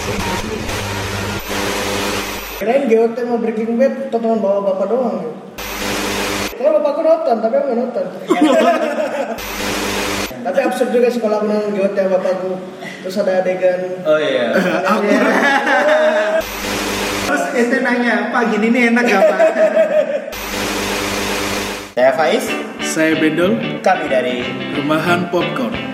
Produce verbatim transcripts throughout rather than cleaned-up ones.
Kirain G O T mau Breaking Bad tontonan bawa bapak doang. Kalau bapakku nonton, tapi aku nggak nonton. Tapi absurd juga sekolah menang G O T sama bapakku. Terus ada adegan. Oh iya. Terus ente nanya, Pak gini nih enak gak Pak? Saya Faiz. Saya Bendol. Kami dari Rumahan Popcorn.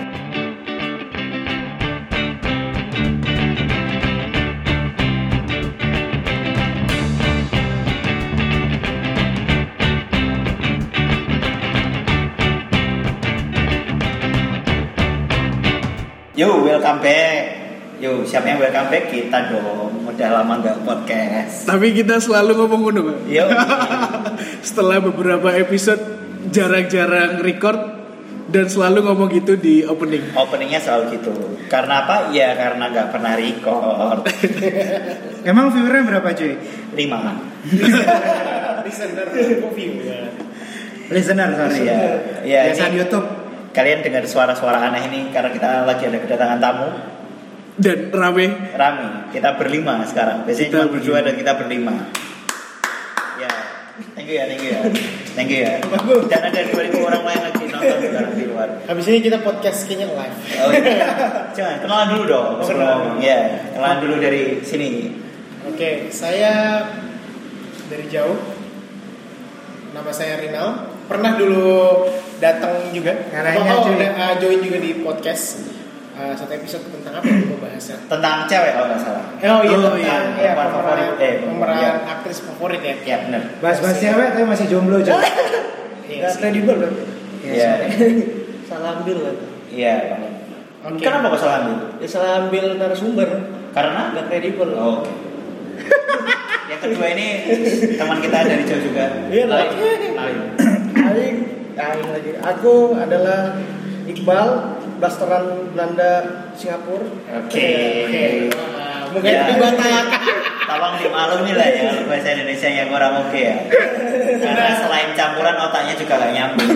Yo, welcome back. Yo, siapa yang welcome back? Kita dong. Udah lama nggak podcast. Tapi kita selalu ngomong ngono, Pak. Yo. Setelah beberapa episode jarang-jarang record dan selalu ngomong gitu di opening. Openingnya selalu gitu. Karena apa? Ya karena nggak pernah record. Emang viewernya berapa cuy? Lima. Listener view ya. Listener sorry. Iya. Ya, biasa ini di YouTube. Kalian dengar suara-suara aneh ini karena kita lagi ada kedatangan tamu. Dan rame. Rame. Kita berlima sekarang. Biasanya Kita cuma berdua dan kita berlima. Ya. Thank you ya, thank you ya. Thank you ya. Dan ada dua ribu orang lain lagi nonton sekarang di luar. Habis ini kita podcast kayaknya live. Oh iya. Jangan, kenalan dulu dong. Kenalan. Ya, kenalan dulu dari sini. Oke, saya dari jauh. Nama saya Rinal. Pernah dulu datang juga. Ngaranya oh, cuy. udah uh, join juga di podcast. Uh, satu episode tentang apa yang mau bahasnya? Tentang cewek kalau nggak salah. Oh iya, Oh, tentang iya. ya, Pemeran favorit. Eh, pemeran iya. aktris favorit ya. Ya benar. Bahas-bahas cewek tapi masih jomblo cuy. Iya, kredibel kan? Iya. Salah ambil lah. Iya. Oke. Kenapa kok salah ambil? Ya salah ambil narasumber. Karena Nggak kredibel. Oh, oke. Yang kedua ini teman kita dari jauh juga. Iya, lah. Lain. Aing, Aing lagi. Aku adalah Iqbal, blasteran Belanda Singapura. Oke. Mungkin Ya. di Batak. Tolong dimaklumi lah ya kalau bahasa Indonesia yang kurang oke ya. Karena selain campuran otaknya juga gak nyambung.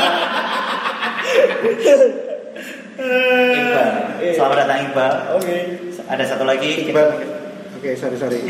Iqbal. Selamat datang Iqbal. Oke. Ada satu lagi. Iqbal. Oke, sorry sorry.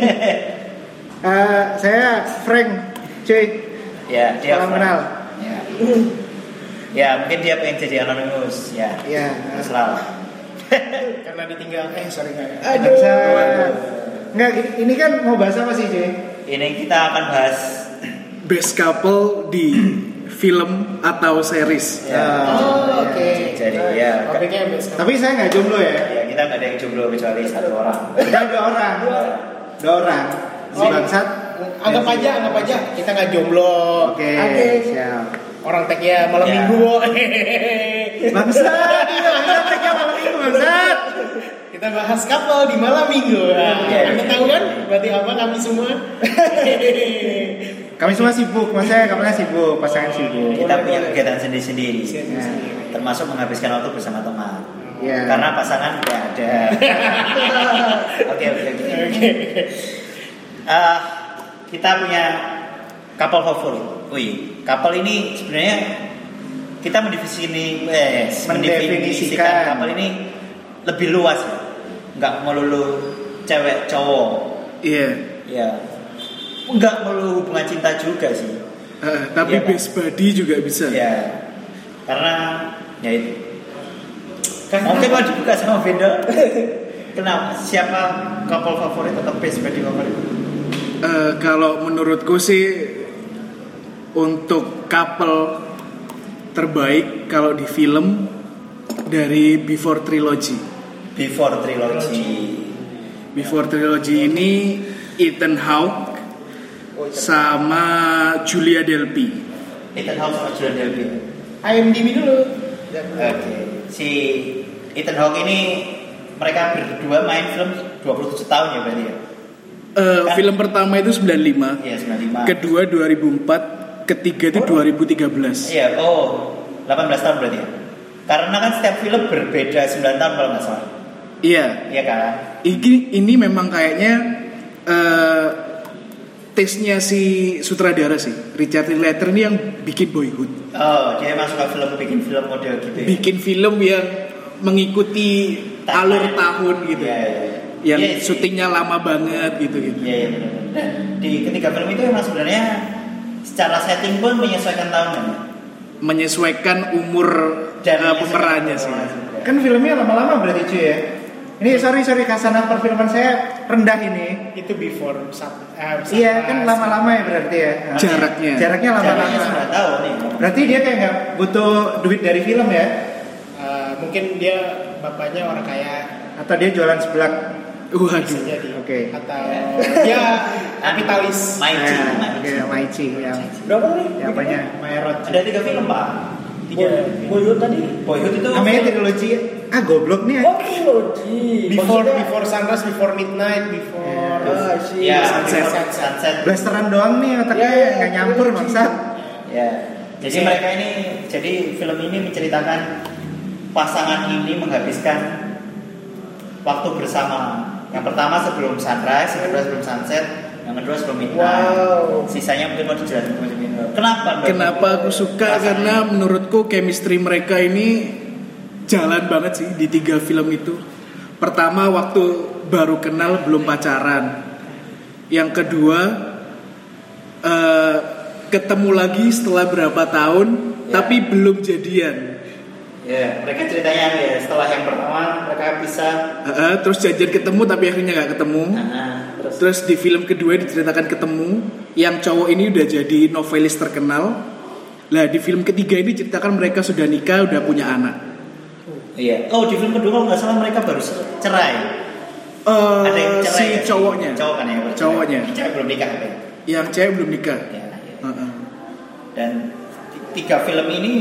uh, saya Frank, cuy. Ya, dia Salam Frank. kenal. Ya. Ya, mungkin dia pengen jadi anonymous. Ya. Ya. Terserah. Karena ditinggal. Eh, sorry nggak ya. Aduh. Enggak, ini kan mau bahas apa sih, cuy? Ini kita akan bahas Best couple di film atau series. ya. Oh, oke. Jadi ya. Topiknya best. Tapi saya nggak jomblo ya. Ya, kita nggak ada yang jomblo kecuali satu orang. Kita dua orang. Dua orang. Si Oh. bangsat. Anggap aja, anggap aja kita nggak jomblo. Oke, Oke. siap. Orang tag-nya malam Ya. minggu. Bo. Bangsat, iya, bangsat, tag-nya malam minggu, bangsat. Kita bahas couple di malam minggu. Nah, Ya. Anda tahu kan? Berarti apa kami semua? Kami semua sibuk, maksudnya kamu sibuk, pasangan sibuk. Kita punya kegiatan sendiri-sendiri. Ya. Termasuk menghabiskan waktu bersama teman. Ya. Karena pasangan tidak ada. Oke, oke, oke. Eh, kita punya couple favorit. Wih, couple ini sebenarnya kita mendefinisikan, eh, Mendefinisikan. mendefinisikan couple ini lebih luas ya. Nggak melulu cewek cowok. Iya. Ya. Nggak melulu hubungan cinta juga sih. Uh, tapi Iya, kan? best buddy juga bisa. Ya. Karena ya itu. Mungkin mau dibuka sama Benda. Kenapa? Siapa couple favorit atau best buddy favorit? Uh, kalau menurutku sih untuk couple terbaik kalau di film dari Before Trilogy. Before Trilogy. Before Trilogy ini Ethan Hawke sama Julia Delpy. Ethan Hawke sama Julia Delpy. I M D B dulu. Oke. Si Ethan Hawke ini mereka berdua main film dua puluh tujuh tahun ya berarti ya. Uh, Kan- film pertama itu sembilan puluh lima, Iya, sembilan puluh lima. kedua dua ribu empat, ketiga itu dua ribu tiga belas. Iya, oh, delapan belas tahun berarti ya. Karena kan setiap film berbeda sembilan tahun kalau nggak salah. Iya. Iya kan? Ini ini memang kayaknya uh, taste-nya si sutradara sih, Richard Linklater ini yang bikin Boyhood. Oh, dia emang suka film, bikin film model gitu ya. Bikin film yang mengikuti Timeline. alur tahun gitu. Iya, iya, iya. yang Iya, iya. syutingnya lama banget gitu gitu. Iya, iya benar. Dan di ketiga film itu emang sebenarnya secara setting pun menyesuaikan tahun kan? Menyesuaikan umur Dan uh, menyesuaikan pemerannya sih. umur juga. Kan filmnya lama-lama berarti cuy ya. Ini sorry sorry kasanah perfilman saya rendah ini. Itu before sub, eh, Iya kan lama-lama ya berarti ya. Jaraknya. Jaraknya Jaraknya lama-lama. sudah tahu nih. Berarti dia kayak nggak butuh duit dari film ya? Eh, mungkin dia bapaknya orang kaya, Atau dia jualan seblak? bisa Waduh. jadi. Oke. Atau dia kapitalis. Maici, Nah, Maici. oke, Maici yang Berapa nih? yang apanya? Maerot. Ada tiga film pak. Tiga. Boyhood tadi. Boyhood itu Namanya trilogi. Ah goblok nih. Oh, trilogi. Before Maksudnya- before sunrise, before midnight, before Yeah. ah, sih. ya Sunset. sunset. sunset. Blasteran doang nih otaknya Ya, ya, nggak nyampur trilogi. bangsat. Ya. Jadi mereka ini, jadi film ini menceritakan pasangan ini menghabiskan waktu bersama. Yang pertama sebelum sunrise, yang kedua sebelum sunset, yang kedua sebelum midnight. Wow. Sisanya mungkin mau dijelasin ke Kenapa? Mbak? Kenapa aku suka? Pasangan Karena menurutku chemistry mereka ini jalan banget sih di tiga film itu. Pertama waktu baru kenal belum pacaran. Yang kedua eh, ketemu lagi setelah berapa tahun Ya. tapi belum jadian. Ya, mereka ceritanya ya setelah yang pertama mereka bisa. Eh, eh, terus janjian ketemu tapi akhirnya nggak ketemu. Nah, terus Terus di film kedua diceritakan ketemu, yang cowok ini udah jadi novelis terkenal. Lah di film ketiga ini ceritakan mereka sudah nikah, udah punya anak. iya. Oh di film kedua kalau nggak salah mereka baru cerai. Eh, Ada yang cerai si kan? cowoknya, Cowok kan ya. baru cerai. Cowoknya. Cewek belum nikah kan? yang cewek belum nikah. Ya, ya. Heeh. Dan t- tiga film ini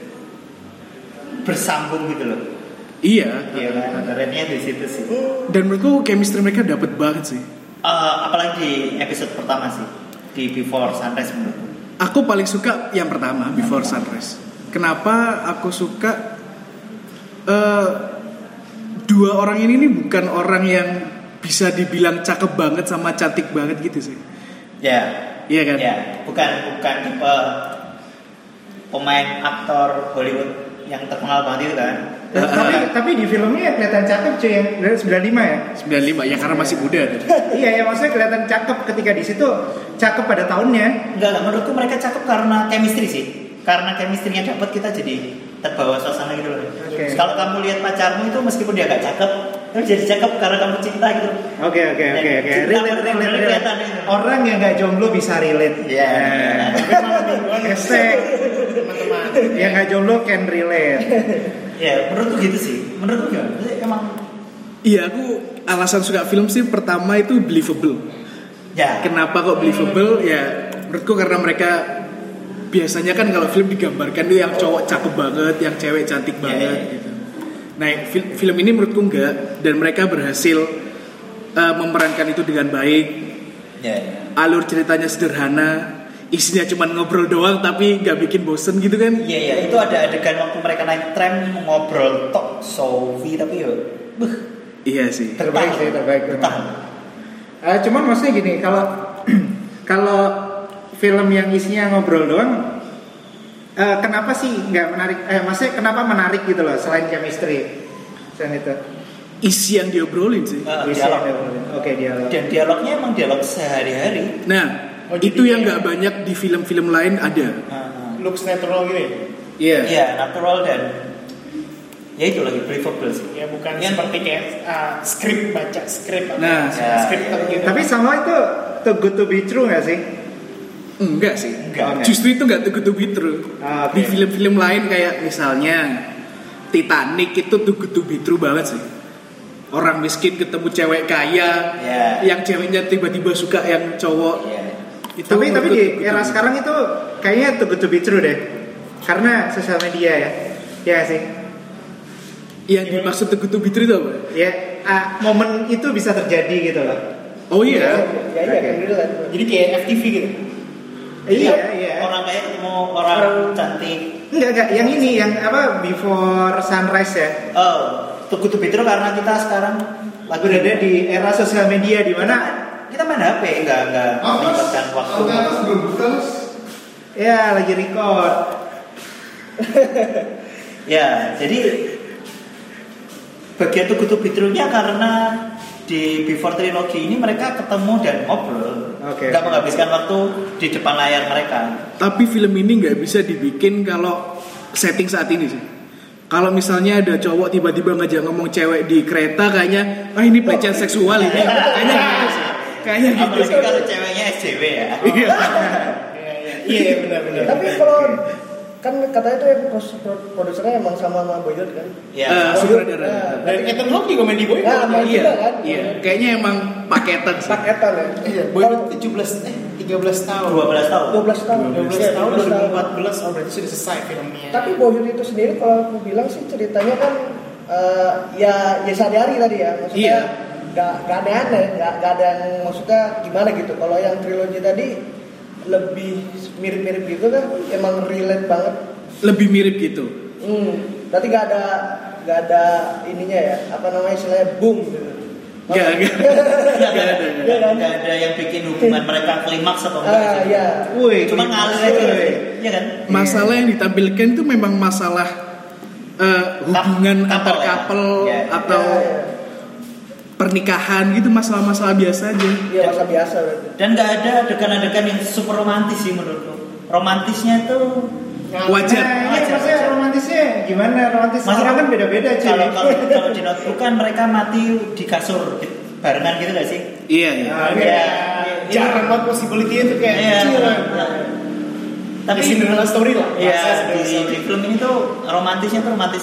bersambung gitu loh. Iya. Iya kan. Rate-nya di situ sih. Dan menurutku chemistry mereka dapet banget sih. Eh, apalagi di episode pertama sih di Before Sunrise menurutku. Aku paling suka yang pertama Before Sunrise. Kenapa aku suka? eh dua orang ini nih bukan orang yang bisa dibilang cakep banget sama cantik banget gitu sih. Ya. Iya kan? Ya, bukan bukan tipe pemain aktor Hollywood yang terkenal banget itu kan. Eh, tapi tapi di filmnya kelihatan cakep cuy yang dari sembilan puluh lima ya. sembilan puluh lima ya karena masih muda kan. Iya ya maksudnya kelihatan cakep ketika di situ cakep pada tahunnya. Enggak lah, menurutku mereka cakep karena chemistry sih. Karena chemistry-nya dapat kita jadi terbawa suasana gitu loh. Oke. Kalau kamu lihat pacarmu itu meskipun dia gak cakep, kamu jadi cakep karena kamu cinta gitu. Oke oke oke oke. Cinta Relate bener-bener relate relate. kelihatan gitu. Orang yang nggak jomblo bisa relate. Iya. Tapi malam mingguan Hashtag teman-teman. yang nggak jomblo can relate. Ya, menurutku gitu sih. Menurutku gimana? Jadi emang Iya, aku alasan suka film sih pertama itu believable. ya. Kenapa kok believable? Ya menurutku karena mereka biasanya kan kalau film digambarkan itu yang cowok cakep banget, yang cewek cantik Ya, banget ya, ya. gitu. Nah, fil- film ini menurutku enggak, dan mereka berhasil uh, memerankan itu dengan baik. Ya, ya. Alur ceritanya sederhana, isinya cuma ngobrol doang tapi nggak bikin bosen gitu kan? Iya, iya, itu ada adegan waktu mereka naik tram ngobrol tok Sofi tapi yo beuh, Iya sih. Terbaik sih terbaik. betah. Eh, cuman maksudnya gini kalau kalau film yang isinya ngobrol doang, eh, kenapa sih nggak menarik? Eh, maksudnya kenapa menarik gitu loh selain chemistry, selain itu? Isi yang diobrolin sih. Eh, Isi dialog. yang diobrolin. Oke dialog. Dan dialognya emang dialog sehari-hari. Nah, Oh, jadi itu yang kayak- nggak banyak di film-film lain ada. Nah, Looks natural gitu ya. Iya. Iya, natural dan ya itu lagi believable sih. Ya bukan Yang- seperti kayak ah, skrip baca skrip atau Nah, ya, skrip ya, gitu. Tapi sama itu too good to be true nggak sih? Enggak sih. Enggak. Justru itu nggak too good to be true. Ah, oke. Di film-film lain kayak misalnya Titanic itu too good to be true banget sih. Orang miskin ketemu cewek kaya, Ya. yang ceweknya tiba-tiba suka yang cowok. Iya. Itu Tapi tapi menurutku di too good to era be sekarang itu kayaknya too good to be true deh. Karena sosial media ya. Ya nggak sih. true. Yang dimaksud too good to be true itu apa? Ya ah, momen itu bisa terjadi gitu loh. Oh iya. Ya iya Oke. kan relate. Jadi kayak F T V gitu. Iya iya. Orang kayak ketemu orang cantik. Enggak enggak, yang ini yang apa Before Sunrise ya. Oh, Tugu Tuh Bitru karena kita sekarang lagi Berada di era sosial media di mana kita main H P, enggak enggak melibatkan waktu. ya lagi record. Ya, jadi bagian Tugu Tuh Bitrunya karena di Before Trilogy ini mereka ketemu dan ngobrol, Oke. nggak menghabiskan waktu di depan layar mereka. Tapi film ini nggak bisa dibikin kalau setting saat ini sih. Kalau misalnya ada cowok tiba-tiba ngajak ngomong cewek di kereta, kayaknya ah ini pelecehan seksual ini. Kayaknya gitu sih. Kayaknya gitu Apalagi sih. kalau ceweknya S J W ya. Iya. Iya benar-benar. Tapi kalau kan katanya itu yang pros- pro- produsernya emang sama sama Boyhood kan? Ya. Eh, sutradara. Nah, Dan Ethan Hawke juga main di Boyhood. Nah, main Iya. juga kan? Iya. Kayaknya emang paketan sih. Paketan ya. Iya, Boyhood tujuh belas eh tiga belas tahun. dua belas tahun. dua belas tahun. dua belas Iya, tahun dua belas dua ribu empat belas oh berarti sudah selesai filmnya. Tapi Boyhood itu sendiri kalau aku bilang sih ceritanya kan eh, ya ya sehari-hari tadi ya. Maksudnya Iya. gak, gak aneh-aneh, gak, gak ada yang maksudnya gimana gitu. Kalau yang trilogi tadi lebih mirip-mirip gitu kan, emang relate banget. Lebih mirip gitu. Hmm, berarti gak ada gak ada ininya ya, apa namanya istilahnya boom gitu. Gak, gak. Nggak ada, ada. Iya kan? nggak ada yang bikin hubungan mereka klimaks atau enggak Ah, sih. iya. Wih, Cuma ngalir aja, wih. iya kan? Masalah yang ditampilkan itu memang masalah eh, hubungan Couple antar ya? couple Iya. atau Iya, iya. pernikahan gitu, masalah-masalah biasa aja. Iya, masa biasa berarti. Dan nggak ada adegan-adegan yang super romantis sih menurutku. Romantisnya tuh Wajar. Nah, ini Wajar, maksudnya wajar. romantisnya gimana? Romantis Masa- orang kan beda-beda cuy. kalau kalau kalau di notebook kan mereka mati di kasur gitu, barengan gitu nggak sih? Iya, iya. Nah, Iya. iya. Jarang banget possibility itu kayak Iya. kecil kan. Tapi Ya, Cinderella story lah. Iya, Bahasa di, Cinderella story. di film ini tuh romantisnya tuh romantis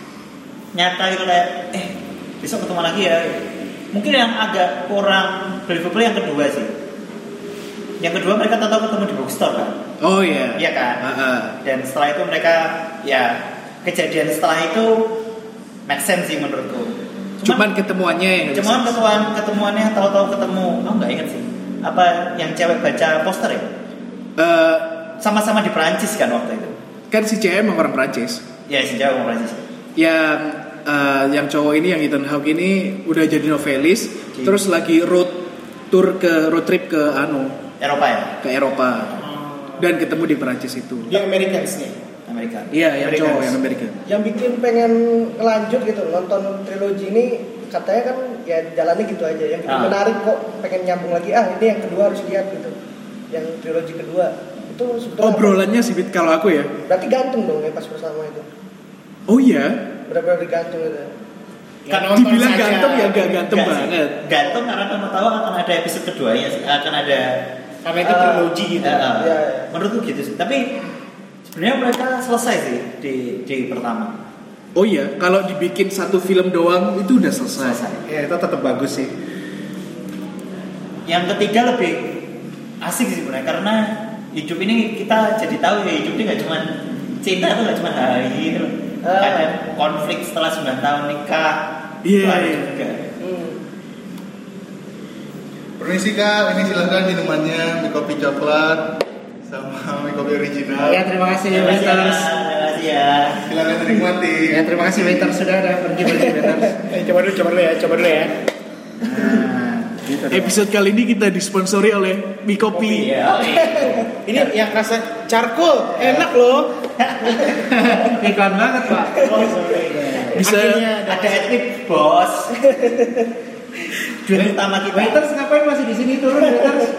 nyata gitu kayak eh besok ketemu lagi ya. Mungkin yang agak kurang believable yang kedua sih. Yang kedua mereka tahu ketemu di bookstore kan. Oh iya. Iya kan? Heeh. Dan setelah itu mereka ya kejadian setelah itu make sense sih menurutku. Cuman ketemuannya yang nggak Cuman bisa. ketemuan ketemuannya tahu-tahu ketemu. Oh nggak ingat sih. Apa yang cewek baca poster ya? Eh, Sama-sama di Perancis kan waktu itu. kan si cewek emang orang Prancis. Ya sejauh orang Perancis. Yang eh, yang cowok ini, yang Ethan Hawke ini udah jadi novelis, Oke. terus lagi road tour ke road trip ke anu Eropa ya? ke Eropa dan ketemu di Perancis itu. Dia Americans nih. Amerika. Iya, yang Americans. cowok yang Amerika. Yang bikin pengen ngelanjut gitu nonton trilogi ini katanya kan ya jalannya gitu aja. Yang bikin Ah. menarik kok pengen nyambung lagi. Ah ini yang kedua harus lihat gitu. Yang trilogi kedua itu sebetulnya Obrolannya sih Bit, kalau aku ya. berarti gantung dong ya pas bersama itu. Oh iya. Benar-benar digantung gitu. Kan nonton Dibilang saja. ganteng ya gak ganteng Nggak sih. banget. Gantung karena kamu tahu akan ada episode keduanya sih. Akan ada Karena itu Ah, trilogi gitu. eh, eh, Iya, iya. menurutku gitu sih. Tapi sebenarnya mereka selesai sih di di pertama. Oh iya, kalau dibikin satu film doang itu udah selesai. Selesai. Ya itu tetap bagus sih. Yang ketiga lebih asik sih sebenarnya karena hidup ini kita jadi tahu ya hidup ini nggak cuma cinta itu nggak cuma hari gitu loh. Ah. Ada konflik setelah sembilan tahun nikah. Iya, Itu ada iya. juga. Hmm. Permisi kak, ini silahkan minumannya mie kopi coklat sama mie kopi original. Ya terima kasih Terima kasih ya. waiters. Terima kasih ya. Silahkan dinikmati. Ya terima kasih waiters sudah ada pergi pergi waiters. Eh, coba dulu, coba dulu ya, coba dulu ya. Nah, gitu dong. Episode kali ini kita disponsori oleh mie kopi. Iya. Ini yang rasa charcoal, enak loh. Iklan banget pak. Oh, sorry. Bisa Akhirnya Ada adlib bos. Duit utama kita. Waiters ngapain masih di sini turun waiters?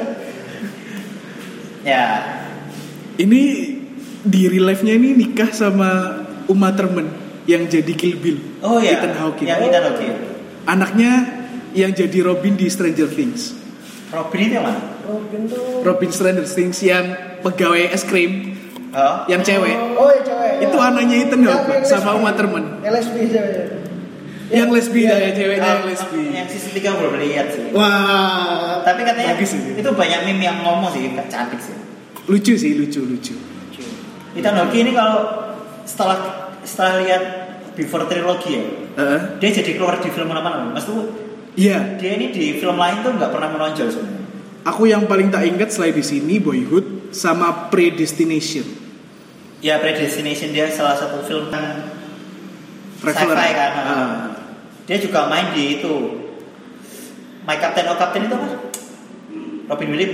Ya. ini di real life-nya ini nikah sama Uma Thurman yang jadi Kill Bill. Oh ya. Ethan Hawke. Yang Ethan Hawke. Anaknya yang jadi Robin di Stranger Things. Robin itu yang mana? Robin tuh. Robin Stranger Things yang pegawai es krim, Oh. yang cewek. Oh ya cewek. Itu ya. anaknya Ethan Yang- Hawke yang sama lesbi. Uma Thurman. Yang lesbi ceweknya. Yang lesbi Iya. ya, ceweknya Oh, yang lesbi. Yang season tiga belum lihat sih. Wah, Tapi katanya bagus sih. itu banyak meme yang ngomong sih, gak cantik sih. Lucu sih, lucu, lucu. Ethan Hawke ini kalau setelah setelah lihat Before Trilogy ya, Heeh. dia jadi keluar di film apa namanya? Mas tuh Iya, dia ini di film lain tuh nggak pernah menonjol sebenarnya. aku yang paling tak ingat selain di sini Boyhood sama Predestination. Ya Predestination dia salah satu film yang Traveler. sci-fi kan. Ah. Dia juga main di itu My Captain Oh Captain itu apa? Robin Williams.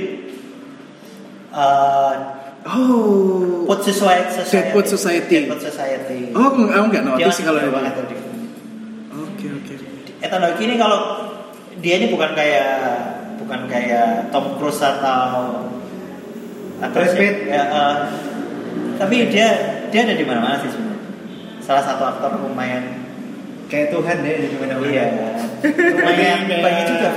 Uh, Oh. Put Society. Deadwood Society. Deadwood Society. Oh, aku nggak Dia notice sih kalau masih itu. banget tuh di- Oke, oke. Ethan Hawke ini kalau dia ini bukan kayak bukan kayak Tom Cruise atau atau Brad Pitt. ya, uh, tapi dia dia ada di mana-mana sih sebenarnya. Salah satu aktor lumayan Kayak Tuhan deh di mana-mana. iya lumayan banyak juga.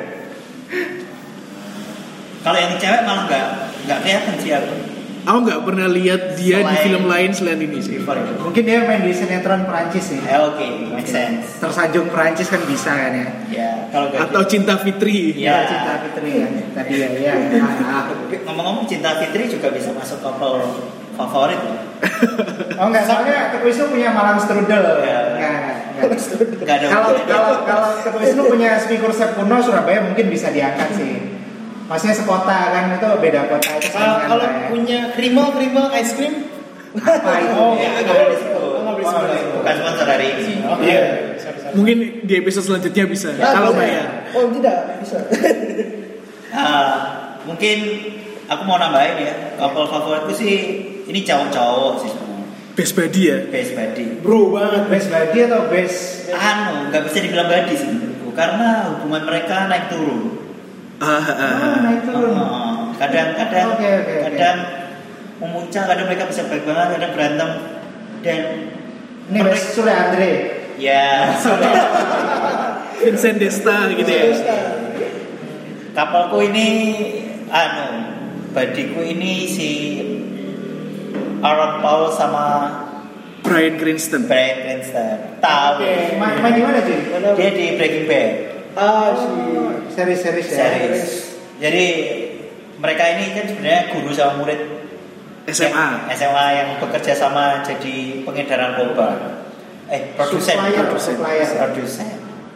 Kalau yang cewek malah nggak nggak kelihatan sih aku. Aku nggak pernah lihat dia di Selain- film lain selain ini sih. Before itu. Mungkin dia main di sinetron Perancis sih. Eh, Oke, make sense. Tersanjung Perancis kan bisa kan ya. Ya kalau nggak Atau Cinta Fitri. Ya. Ya, Cinta Fitri kan. Tadi ya, ya. Ah, ah. ngomong-ngomong Cinta Fitri juga bisa masuk couple favorit. Oh enggak, soalnya Ketua Wisnu punya Malang Strudel. Ya. Enggak, enggak. Nggak ada. Kalau kalau kalau Ketua Wisnu punya Spikur Sep kuno Surabaya mungkin bisa diangkat sih. Maksudnya sekota kan itu beda kota itu Kalau saingan kalau lah ya. punya Krimo Krimo ice cream, Apa itu? Oh, Ya, nggak nggak boleh disebut. Oh, nggak boleh disebut. Bukan sponsor hari ini. Oh, Iya. sorry, sorry. Mungkin di episode selanjutnya bisa Nah, kalau bisa. bayar. Oh tidak bisa. Ah, mungkin aku mau nambahin ya. Couple favoritku sih ini cowok-cowok sih semua. Best buddy ya. Best buddy. Bro banget. Best buddy atau best Anu, nggak bisa dibilang buddy sih menurutku. Karena hubungan mereka naik turun. Ah, ah, ah. Ah, naik turun. Oh, kadang-kadang, Oke, oke, oke. kadang memuncak, kadang mereka bisa baik banget, kadang berantem dan Ini best Sule Andre. ya sudah. Vincent Desta gitu ya. Kapalku ini, anu, badiku ini si Aaron Paul sama Bryan Cranston. Bryan Cranston. Tahu? Oke. Main, main di mana cuy? Dia di Breaking Bad Ah si. Series-series ya. series. Jadi mereka ini kan sebenarnya guru sama murid S M A. S M A yang bekerja sama jadi pengedar narkoba. Eh, produsen, Supplier, produsen, supplier. produsen.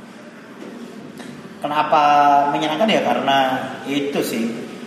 Kenapa menyenangkan ya karena itu sih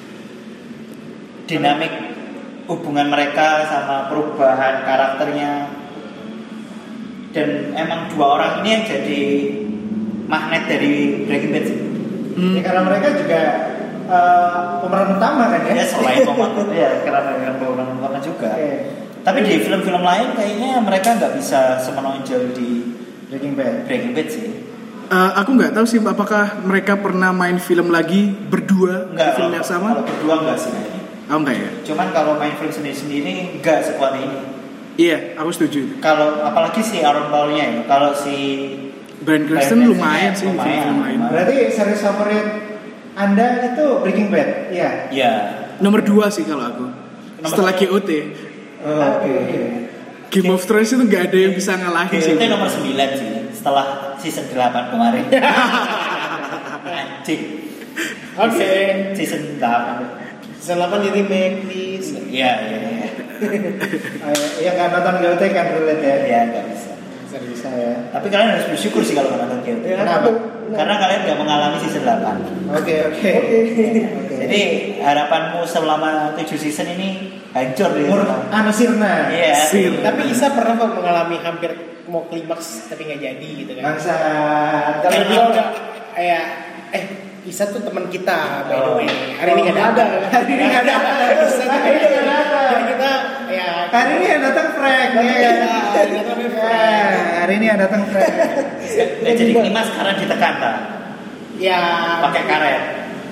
dinamik hubungan mereka sama perubahan karakternya dan emang dua orang ini yang jadi magnet dari Breaking Bad sih. Hmm. Ya, karena mereka juga uh, pemeran utama kan ya. Ya selain pemeran ya karena dengan pemeran utama juga. Oke. Tapi di film-film lain kayaknya mereka nggak bisa semenonjol di Breaking Bad. Breaking Bad sih. Eh, aku nggak tahu sih apakah mereka pernah main film lagi berdua Enggak, di film kalau- yang sama. Kalau berdua enggak sih kayaknya. Oh enggak ya? Cuman kalau main film sendiri-sendiri enggak sekuat ini. Iya, aku setuju. Kalau apalagi si Aaron Paul-nya ya. Kalau si Bryan Cranston Bryan lumayan Cranston sih di lumayan, film-film lain. lumayan. Berarti series favorit Anda itu Breaking Bad, iya. ya. Nomor dua sih kalau aku. Nomor Setelah satu. G O T, Oh, Oke. Game of Thrones itu nggak ada yang bisa ngalahin sih. Itu nomor sembilan sih setelah season delapan kemarin. Anjing. Oke. Season delapan. Season delapan di remake please. Iya, iya, iya. Ayo, yang nggak nonton G O T kan relate ya. Iya, enggak bisa. Bisa bisa ya. Tapi kalian harus bersyukur sih kalau nonton G O T. Ya, Kenapa? Karena kalian nggak mengalami season delapan. Oke oke. Oke. Jadi harapanmu selama tujuh season ini hancur di Mur anu sirna. Iya. Sir. Tapi Isa pernah kok mengalami hampir mau klimaks tapi nggak jadi gitu kan. Bangsa. Kalau dia udah kayak eh Isa tuh teman kita by the way. Hari ini nggak ada. Hari ini nggak ada. Isa tuh Hari ini nggak ada. Jadi kita ya. Hari ini yang datang Frank. ya. Hari ini datang Frank. Ya, hari ini yang datang Frank. Nggak jadi klimas karena ditekan tak? Ya. Pakai karet.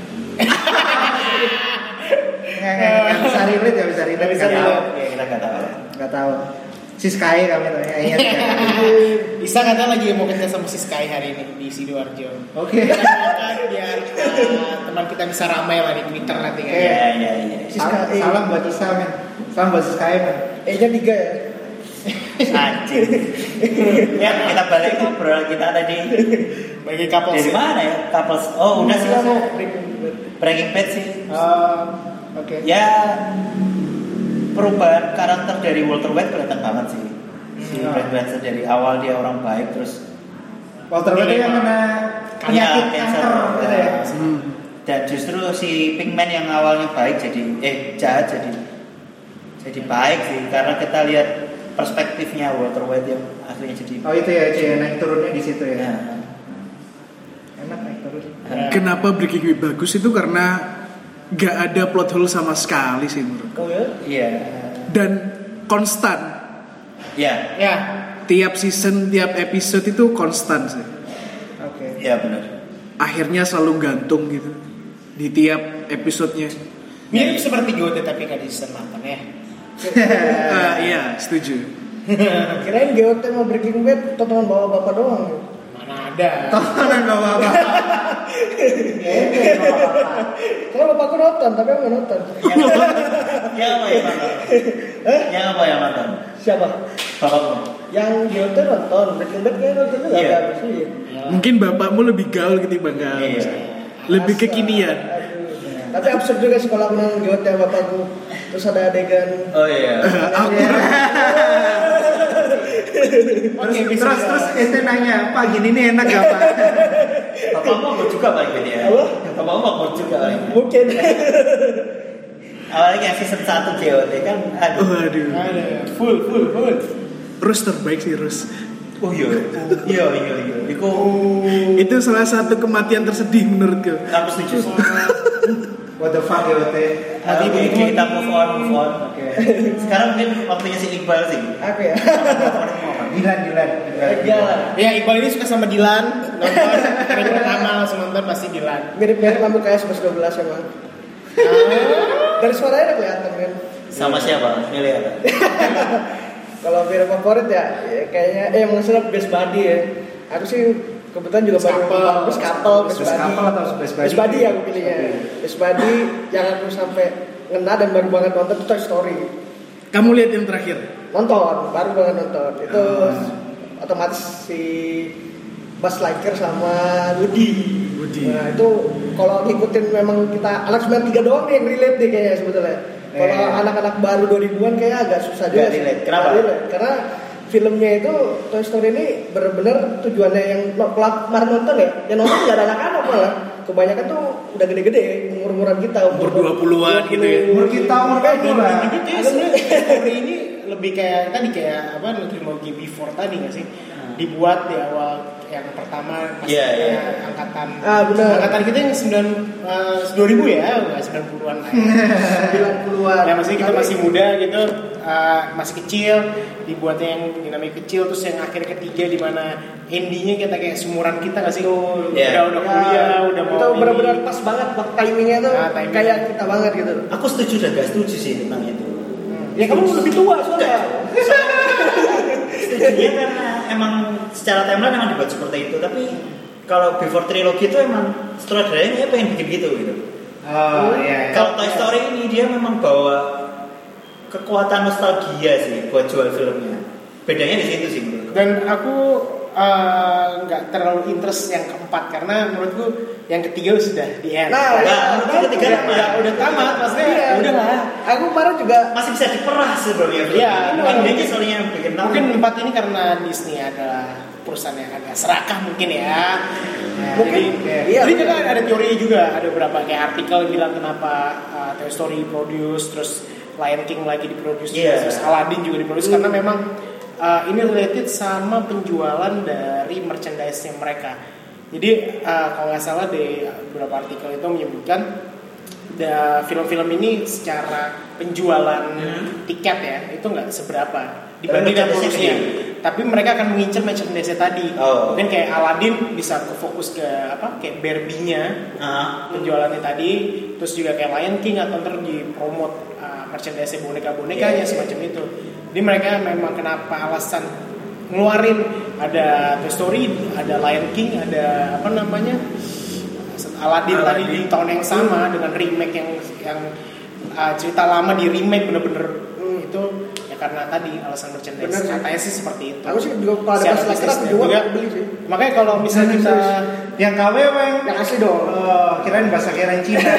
Nggak nggak nggak bisa relate ya bisa relate. Nggak bisa Nggak tahu. relate. Ya kita nggak tahu. Nggak tahu. Si Sky kami tuh ya. Ingat ya. Isa katanya lagi mau kerja sama si Sky hari ini di Sidoarjo. Oke. Kita doakan biar uh, teman kita bisa ramai lah di Twitter nanti kan. Iya iya iya. Si Sky. Salam buat Isa men. Salam buat si Sky men. E-nya tiga ya. Anjing. Ya kita balik ngobrol kita tadi. Bagi couple Dari mana ya? Couples. Oh udah sih kamu. Breaking Bad sih. Oh, oke. Ya perubahan karakter dari Walter White kelihatan banget sih. Si Hmm. Brad Cranston dari awal dia orang baik terus Walter White yang kena penyakit Iya, cancer. kanker gitu ya. Hmm. Dan justru si Pinkman yang awalnya baik jadi eh jahat jadi jadi baik sih karena kita lihat perspektifnya Walter White yang aslinya jadi Oh itu ya, itu ya naik turunnya di situ ya. ya. Enak naik turun. Kenapa Breaking Bad bagus itu karena nggak ada plot hole sama sekali sih menurutku. Oh ya. Iya. Dan konstan. Ya, Ya. Tiap season, tiap episode itu konstan sih. Oke. ya benar. akhirnya selalu gantung gitu di tiap episodenya. Mirip seperti G O T tapi nggak di season delapan ya. uh, iya setuju. Kirain G O T mau Breaking Bad tontonan bawa bapak doang. Mana ada. Tontonan bapak-bapak. Kalau bapakku nonton tapi aku nggak nonton. Yang apa ya nonton? Yang apa yang nonton? Siapa? Bapakmu. Yang G O T nonton, Breaking Bad kayaknya nonton juga Iya. nggak habis ini. Mungkin bapakmu lebih gaul ketimbang kamu. Iya. Lebih Masa, kekinian. aduh. Tapi absurd juga sih kalau aku nonton G O T sama bapakku. Terus ada adegan. Oh iya. Terus terus terus ente nanya, "Pak, gini nih enak gak, Pak?" Bapakmu mau juga paling gini ya. Apa? Bapakmu mau juga paling. Mungkin. Awalnya yang season satu G O T kan aduh. Waduh. Ada full full full. Rus terbaik sih Rus. Oh iya. Iya iya iya. Iku Itu salah satu kematian tersedih menurutku. aku setuju. What the fuck G O T? Nanti begitu kita move on move on. Oke. Sekarang mungkin waktunya si Iqbal sih. Aku ya. Dilan, Dilan. Jalan. Ya Iqbal ini suka sama Dilan. Nonton. Hari pertama langsung nonton pasti Dilan. Mirip-mirip lampu kayak sebelas dua belas emang. Dari suaranya udah kelihatan kan. Sama siapa? Milih apa? Kalau film favorit ya, ya kayaknya eh maksudnya best buddy ya. Aku sih kebetulan juga Best baru couple. best couple, best, Best buddy. couple atau best buddy? Best buddy ya aku pilihnya. Best buddy yang aku sampai ngena dan baru banget nonton itu Toy Story. Kamu lihat yang terakhir? Nonton, baru banget nonton. Itu Ah. otomatis si Buzz Lightyear sama Woody. Woody. Nah itu kalau ngikutin memang kita anak sembilan puluh tiga doang nih yang relate deh kayaknya sebetulnya. Kalau Eh. anak-anak baru dua ribuan kayaknya agak susah juga. Nggak sih. relate. Kenapa? Nggak relate. Karena filmnya itu Toy Story ini benar-benar tujuannya yang kalau kemarin nonton ya, yang nonton nggak ada anak-anak malah. Kebanyakan tuh udah gede-gede, umur-umuran kita. Umur dua puluhan gitu ya. Umur kita umur kamu lah. Jadi kayak sebenarnya story ini lebih kayak tadi kayak apa trilogi Before tadi nggak sih? Dibuat di awal yang pertama masih Iya, kayak iya. angkatan Ah, benar. angkatan kita yang sembilan dua ribu ya, nggak sembilan puluhan lah. Ya. sembilan puluhan. Ya maksudnya kita masih muda gitu, uh, masih kecil, dibuatnya yang dinamik kecil, terus yang akhir ketiga di mana endingnya kita kayak sumuran kita nggak sih? Iya. Udah udah kuliah, udah mau itu ini. benar-benar pas banget waktu timingnya tuh Ah, timing. kayak kita banget gitu. Aku setuju dan gak setuju sih tentang itu. Ya kamu lebih tua soalnya. Setujunya karena emang secara timeline emang dibuat seperti itu, tapi kalau Before Trilogy itu emang sutradaranya dia pengen bikin gitu gitu. Oh iya. Kalau Toy Story ini dia memang bawa kekuatan nostalgia sih buat jual filmnya. Bedanya di situ sih menurutku. Dan aku uh, nggak terlalu interest yang keempat karena menurutku yang ketiga sudah di end. Nah, Nah, ya, menurutku udah, ketiga udah, tamat. udah, udah tamat, maksudnya Iya. udah lah. Aku kemarin juga Masih bisa diperah sebenarnya. Iya, mungkin mungkin- dia soalnya bikin tamat. Mungkin empat ini karena Disney adalah perusahaan yang agak serakah mungkin ya. Nah, Mungkin, jadi, iya. jadi kan ada teori juga, ada beberapa kayak artikel bilang kenapa uh, Toy Story produce, terus Lion King lagi diproduce, Iya. terus Aladdin juga diproduce karena memang uh, ini related sama penjualan dari merchandise-nya mereka. Jadi uh, kalau nggak salah di beberapa artikel itu menyebutkan da, film-film ini secara penjualan Hmm. tiket ya itu nggak seberapa dibanding Tapi dengan merchandise-nya produksinya. Tapi mereka akan mengincar merchandise tadi. Oh. Mungkin kayak Aladdin bisa fokus ke apa kayak Barbie-nya Ah. penjualannya tadi, terus juga kayak Lion King atau ntar dipromot uh, merchandise boneka-bonekanya Yeah, yeah. semacam itu. Jadi mereka memang kenapa alasan ngeluarin ada Toy Story, ada Lion King, ada apa namanya Aladdin, tadi di tahun yang sama dengan remake yang yang uh, cerita lama di remake bener-bener hmm, itu ya karena tadi alasan merchandise. Bener sih. Katanya sih seperti itu. aku sih juga kalau ada Siap pas lagi aku bisnisnya. juga Juga. aku beli sih. Makanya kalau misalnya kita Yang K W apa yang Yang asli dong. Oh, kirain bahasa kirain Cina.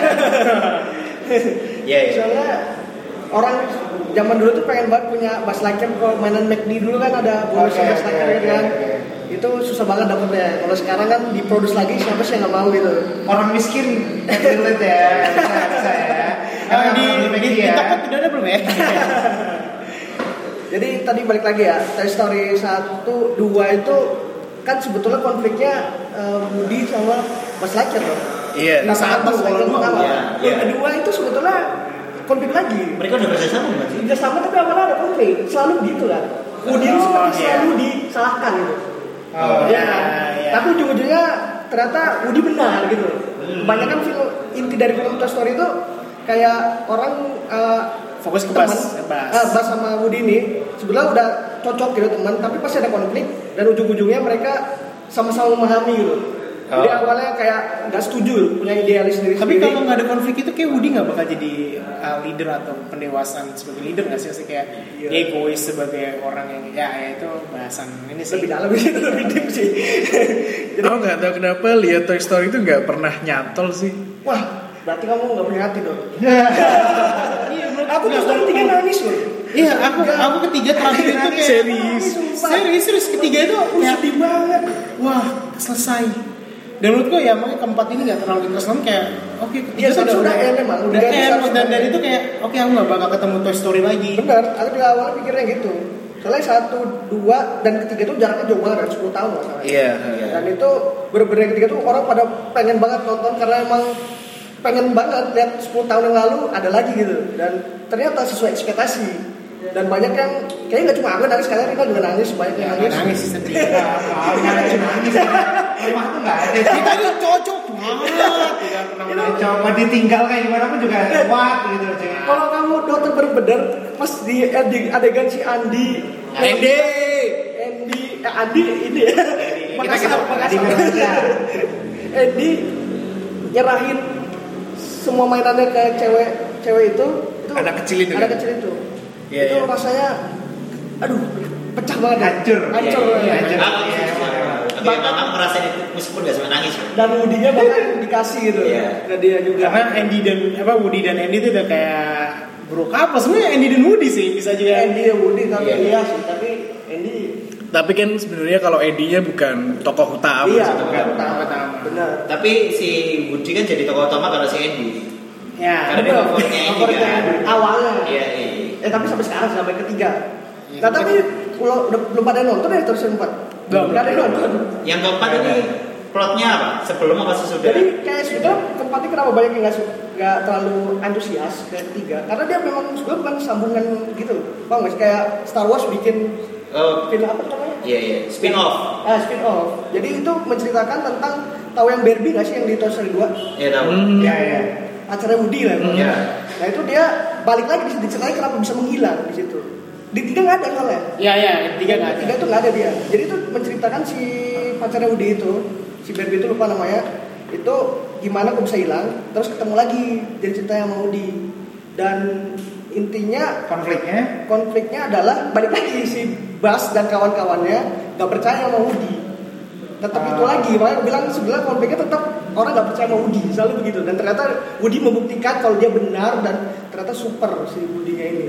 Iya, iya. Soalnya orang zaman dulu tuh pengen banget punya Buzz Lightyear. Kalau mainan McD dulu kan ada bonus Oke, Buzz oke, Lightyear oke, kan. oke. Itu susah banget dapetnya. Kalau sekarang kan diproduksi lagi siapa sih yang nggak mau gitu. Orang miskin relate ya. Bisa, bisa ya. eh, di, Karena di, di ya. toko tidak ada belum ya? Jadi tadi balik lagi ya, Toy Story satu, dua itu kan sebetulnya konfliknya eh, Woody sama Buzz Lightyear loh. Iya. Nah, saat Buzz Lightyear kalau dua, pertama. iya, Yang iya. kedua itu sebetulnya konflik lagi. Mereka udah bekerja sama nggak sih? Tidak sama tapi awalnya ada konflik, selalu gitu kan. Woody itu Oh, seperti iya. selalu disalahkan gitu. Oh, ya kan? iya. Tapi ujung-ujungnya ternyata Woody benar gitu. Kebanyakan film inti dari film Toy Story itu kayak orang uh, fokus ke teman, Buzz, Buzz. Uh, Buzz sama Woody ini sebenarnya udah cocok gitu teman, tapi pasti ada konflik dan ujung-ujungnya mereka sama-sama memahami gitu. Oh. Jadi awalnya kayak nggak setuju punya idealis sendiri. Tapi kalau nggak ada konflik itu kayak Woody nggak bakal jadi uh, leader atau pendewasaan sebagai leader nggak sih? Kayak Iya. egois sebagai orang yang ya, ya itu bahasan ini sih. lebih dalam sih, lebih deep sih. Jadi, Aku nggak tahu kenapa lihat Toy Story itu nggak pernah nyantol sih. wah, berarti kamu nggak punya hati dong. Iya, menurut Aku tuh selalu tiga nangis loh. Iya, aku aku ketiga terakhir itu kayak Serius. serius serius ketiga itu ya, Sedih banget. wah selesai. Dan menurutku ya makanya keempat ini nggak terlalu interest namun kayak oke ketiga Iya, sudah sudah end emang, udah udah end bisa- dan, dan itu kayak oke aku nggak bakal ketemu Toy Story lagi. Benar, aku juga awalnya pikirnya gitu. Soalnya satu, dua, dan ketiga itu jaraknya jauh banget kan, sepuluh tahun masalahnya. Iya. Dan itu bener-bener yang ketiga tuh orang pada pengen banget nonton karena emang pengen banget lihat sepuluh tahun yang lalu ada lagi gitu. Dan ternyata sesuai ekspektasi. Dan banyak yang kayaknya nggak cuma aku nangis, kalian Rina juga nangis, banyak yang Ya, nangis. nangis sih sedih. Nangis nangis. Rumah tuh nggak ada. Kita ini cocok banget. Tidak pernah menangis. Coba ditinggal kayak gimana pun juga kuat gitu loh. cuy. Kalau kamu dokter bener-bener pas di, eh, di adegan si Andi, Andy. Andy, eh, Andi ini ya. Makassar, Adi Makassar. Makassar. Andy nyerahin semua mainannya ke cewek cewek itu, itu Anak kecil itu anak kan? kecil itu. Iya, itu iya. rasanya, aduh, pecah banget. ya. Hancur. hancur. Iya, ya. iya, hancur. Aku Iya, iya. Tapi memang ngerasain itu meskipun gak sampai nangis ya. Dan Woody-nya bahkan dikasih gitu Iya. ke dia juga. Karena Andy dan apa Woody dan Andy itu udah kayak bro apa sebenarnya Andy dan Woody sih bisa juga. Andy ya Woody tapi Iya. iya sih, tapi Andy Tapi kan sebenarnya kalau Eddie-nya bukan tokoh utama iya, sih. bukan Utama, utama. utama. Benar. Tapi si Woody kan jadi tokoh utama karena si Andy. Ya. Karena dia favoritnya Andy Favoritnya kan. Andy. Awalnya. Iya, iya. Eh tapi sampai sekarang sampai ketiga. Iya, Nah tapi- tapi kalau udah belum pada nonton ya terus empat. Belum, Belum ada yang nonton. Yang keempat ini plotnya apa? Sebelum apa sesudah? Jadi kayak sebetulnya keempatnya kenapa banyak yang nggak su- nggak terlalu antusias kayak ketiga? Karena dia memang sebetulnya bukan sambungan gitu, bang mas kayak Star Wars bikin Oh, film apa namanya? iya iya. Spin off. Ah spin off. Jadi itu menceritakan tentang tahu yang Barbie nggak sih yang di Toy Story dua? Iya tahu. Hmm. Iya, iya. Acara Woody lah. Hmm. Iya. Nah itu dia balik lagi di situ diceritain kenapa bisa menghilang di situ. Di tiga nggak ada soalnya. Iya iya tiga nggak ada. Tiga itu nggak ada dia. Jadi itu menceritakan si pacarnya Woody itu, si Barbie itu lupa namanya, itu gimana kok bisa hilang, terus ketemu lagi jadi cerita yang sama Woody. Dan intinya Konfliknya konfliknya adalah balik lagi si Buzz dan kawan-kawannya nggak percaya sama Woody. Tetap itu lagi, makanya aku bilang sebenarnya konfliknya tetap orang nggak percaya sama Woody, selalu begitu. Dan ternyata Woody membuktikan kalau dia benar dan ternyata super si Woody-nya ini.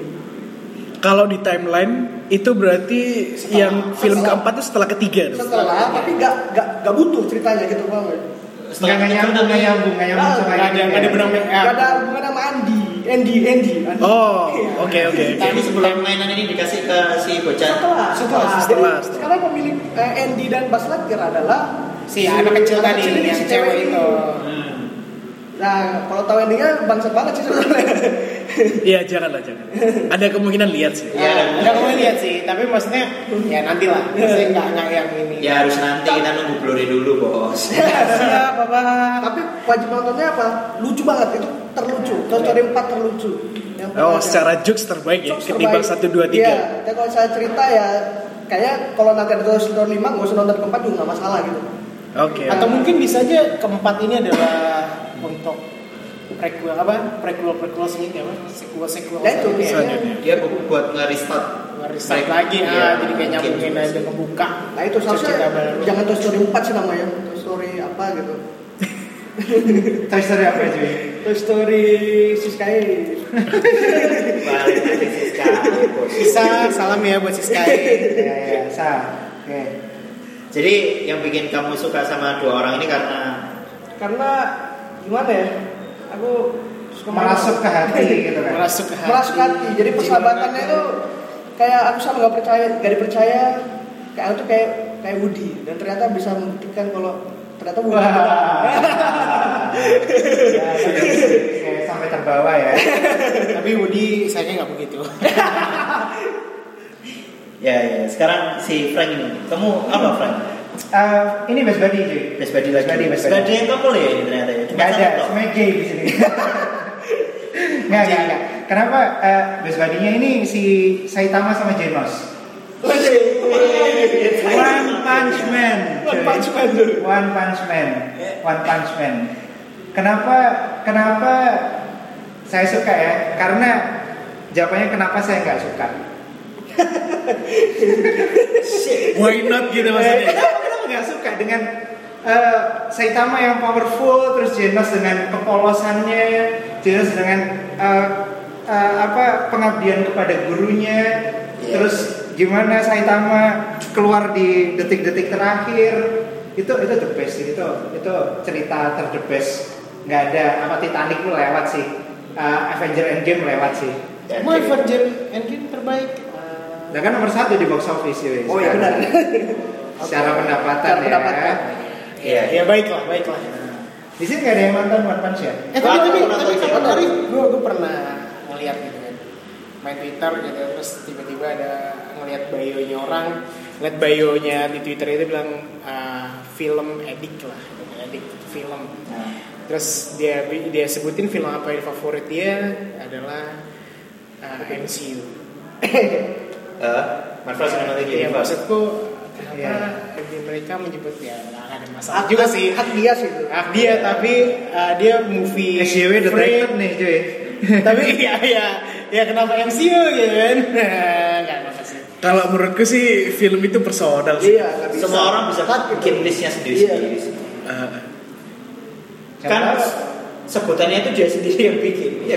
Kalau di timeline itu berarti Setelah- yang film setelah- keempat itu setelah ketiga dong. Setelah, tapi nggak nggak nggak butuh ceritanya gitu bang. nggak nggak nyambung nggak nyambung nggak nyambung sama Nggak ada ini. nggak ada benang merah. Gak ada hubungan sama Andy, Andy, Andy. Andy. Oh, Iya. oke oke. Tapi sebelum mainan ini dikasih ke si bocah. Setelah, setelah, setelah, Jadi, setelah. sekarang pemilik eh, Andy dan Buzz Lightyear adalah Si anak kecil anak tadi kecil ini, yang si cewek ini. itu. Hmm. Nah, kalau tahu Andy-nya bangsat banget sih sebenarnya. Iya jangan lah jangan. Ada kemungkinan lihat sih. Iya, ada. Udah kamu lihat sih, tapi maksudnya ya nanti lah. Maksudnya nggak nggak yang ini. Ya harus nanti kita nunggu Blu-ray dulu bos. Siap, Bapak. Tapi wajib nontonnya apa? Lucu banget, itu terlucu. Toy Story empat terlucu. Yang Oh pertama. secara jokes terbaik ya Jokes ketimbang terbaik. satu dua Iya, tiga. tapi kalau saya cerita ya kayak kalau nanti ada Toy Story lima nggak usah nonton keempat juga nggak masalah gitu. Oke. Atau mungkin bisa aja keempat ini adalah untuk prequel apa? Prequel prequel sih apa? Sequel sequel. Nah, itu ya. selanjutnya. Dia bu- buat nge-restart. Nge-restart lagi Iya, ah, jadi kayak mungkin nyambungin juga aja sih. ngebuka. Nah itu cerita seharusnya baru. jangan Toy Story empat sih namanya. Toy Story apa gitu. Toy Story apa cuy? Toy Story Siskai. Balik lagi sih sekali bos. Bisa salam ya buat Siska. Ya ya sah. Oke. Jadi yang bikin kamu suka sama dua orang ini karena Karena gimana ya? Aku suka Merasuk ke hati gitu kan. Merasuk ke hati. merasuk hati. Jadi persahabatannya itu kayak aku sama nggak percaya, nggak dipercaya. Kayak aku tuh kayak kayak Woody dan ternyata bisa membuktikan kalau ternyata Woody. Wah. benar. Ya, kayak sampai terbawa ya. Tapi Woody sayangnya nggak begitu. ya ya sekarang si Frank ini. Kamu apa Frank? Uh, ini Best Buddy cuy. Best Buddy lagi. Best Buddy, Best Best Buddy. Buddy yang couple ya ini ternyata ya. Cuma Nggak ada, satu toh. semuanya gay di sini. Nggak, nggak, nggak. Kenapa uh, Best Buddy-nya ini si Saitama sama Genos? One Punch Man. One Punch Man dulu. One Punch Man. One Punch Man. Kenapa? Kenapa saya suka ya? Karena jawabannya kenapa saya nggak suka? Why not gitu maksudnya? Kenapa, kenapa nggak suka dengan uh, Saitama yang powerful, terus Genos dengan kepolosannya, Genos dengan uh, uh, apa pengabdian kepada gurunya, Yeah. terus gimana Saitama keluar di detik-detik terakhir, itu itu the best sih, itu itu cerita ter the best. Nggak ada apa Titanic tuh lewat sih, uh, Avenger Endgame lewat sih. Mau Avenger Endgame terbaik. Nah kan nomor satu di box office ya. Oh iya benar. Secara pendapatan Secara ya. pendapatan. Iya. Ya baiklah, baiklah. Di sini nggak ada yang nonton One Punch ya? Eh tapi Aku tapi pernah tapi tahu kapan itu. hari gue gue pernah ngeliat gitu kan, main Twitter gitu, terus tiba-tiba ada ngeliat bio-nya orang, ngeliat bio-nya di Twitter itu bilang uh, film edik lah, edik film. Terus dia dia sebutin film apa yang favorit dia adalah uh, M C U. Eh, Marvel Cinematic Iya Universe. maksudku kenapa Iya. mereka menyebut ya nggak ada masalah juga sih. Hak dia sih itu. Hak dia tapi uh, dia movie S J W the freak. director nih cuy. Tapi ya ya ya kenapa M C U gitu kan? Enggak apa sih. Kalau menurutku sih film itu personal sih. Iya, nggak bisa. Semua orang bisa Hak gitu. bikin listnya sendiri-sendiri. Iya. sih. Eh, Kan sebutannya itu dia sendiri yang bikin. Iya.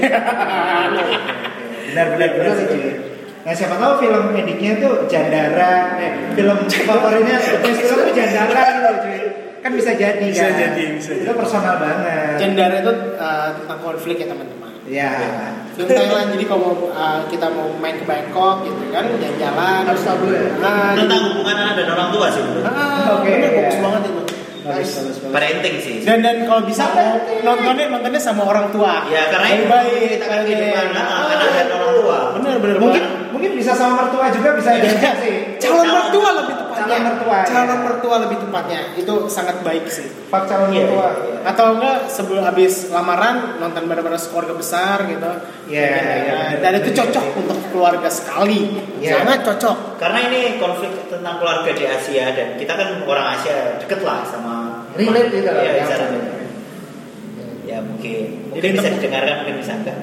Benar-benar benar sih cuy. Nah siapa tahu film ediknya tuh Jandara, eh, film favoritnya best film tuh Jandara gitu cuy. Kan bisa jadi Bisa kan. jadi, bisa Itu jadi. personal banget. Jandara itu uh, tentang konflik ya teman-teman. Ya. Film Thailand jadi kalau mau, uh, kita mau main ke Bangkok gitu kan jalan-jalan Harus tahu dulu ya. Nah, Tentang hubungan anak dan orang tua sih menurut. ah, Oke, bener, bagus iya. banget itu. Bagus, bagus, bagus. Parenting sih. Dan dan kalau bisa mau nontonnya nontonnya sama orang tua. Ya karena ini baik menceritakan kehidupan anak dan orang tua. Bener bener Mungkin banget. mungkin bisa sama mertua juga bisa diajak sih. Calon mertua lebih tepatnya. Calon mertua, Calon ya. mertua lebih tepatnya. Itu sangat baik sih. Pak calon Iya, mertua. iya. Atau enggak sebelum habis lamaran nonton bareng-bareng keluarga besar gitu. Iya, iya, Nah, bener. dan itu cocok untuk keluarga sekali. Iya. Sangat cocok. Karena ini konflik tentang keluarga di Asia dan kita kan orang Asia deket lah sama. Relate gitu loh. Iya, yang- bisa relate. Ya mungkin mungkin Jadi bisa tem- didengarkan mungkin bisa enggak.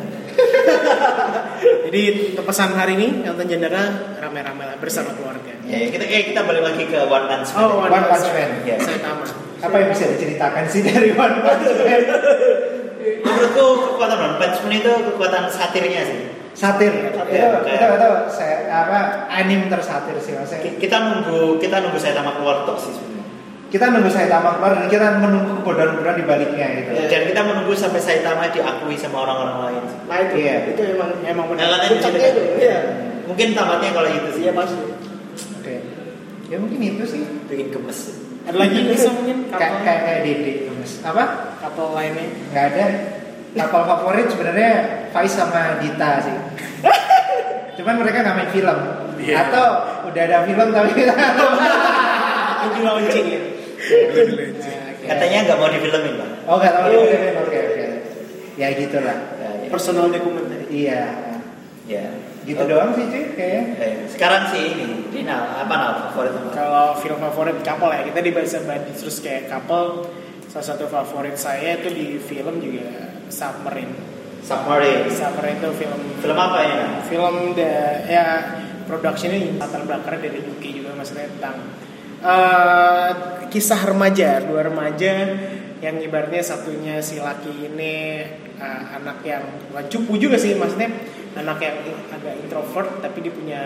Jadi untuk pesan hari ini nonton Jandara rame-rame lah bersama keluarga. Ya kita eh kita balik lagi ke One Punch Man. Oh, One Punch Man. Ya. Saya sama. Apa yang bisa diceritakan sih dari One Punch Man? Menurutku kekuatan One Punch Man itu kekuatan satirnya sih. Satir. Iya, Itu kayak- itu itu saya apa anime tersatir sih maksudnya. Ki- Kita nunggu kita nunggu saya sama keluar tok sih sebenarnya. Kita nunggu Saitama keluar dan kita menunggu kebodohan-kebodohan di baliknya gitu. Dan kita menunggu sampai Saitama diakui sama orang-orang lain. Nah itu, Iya. itu emang Emang Yang benar. lain puncaknya gitu itu. kan? Iya. Mungkin tamatnya kalau itu sih Iya pasti. Oke. Ya mungkin itu sih. bikin gemes. Ada lagi bisa mungkin Kayak kapal kayak kayak Dede Mas. Apa? kapal lainnya. Nggak ada. Kapal favorit sebenarnya Faiz sama Dita sih. Cuman mereka nggak main film. Iya. Atau udah ada film tapi kita nggak tahu. Lagi launching ya. Katanya nggak mau difilmin pak. Oh nggak tahu dia film. Oke oke. Ya gitulah. Ya, ya. Personal documentary. Iya. Ya. Gitu Oh, doang sih cuy kayaknya. eh, Sekarang sih ini, Dina apa nal favorit apa? Kalau film favorit couple ya kita dibahas banding terus kayak couple. Salah satu favorit saya itu di film juga Submarine. Submarine. Submarine itu film Film apa ya? film the, ya productionnya latar belakangnya dari U K juga maksudnya tentang uh, kisah remaja dua remaja yang ibaratnya satunya si laki ini uh, anak yang bukan cupu juga sih maksudnya anak yang agak introvert tapi dia punya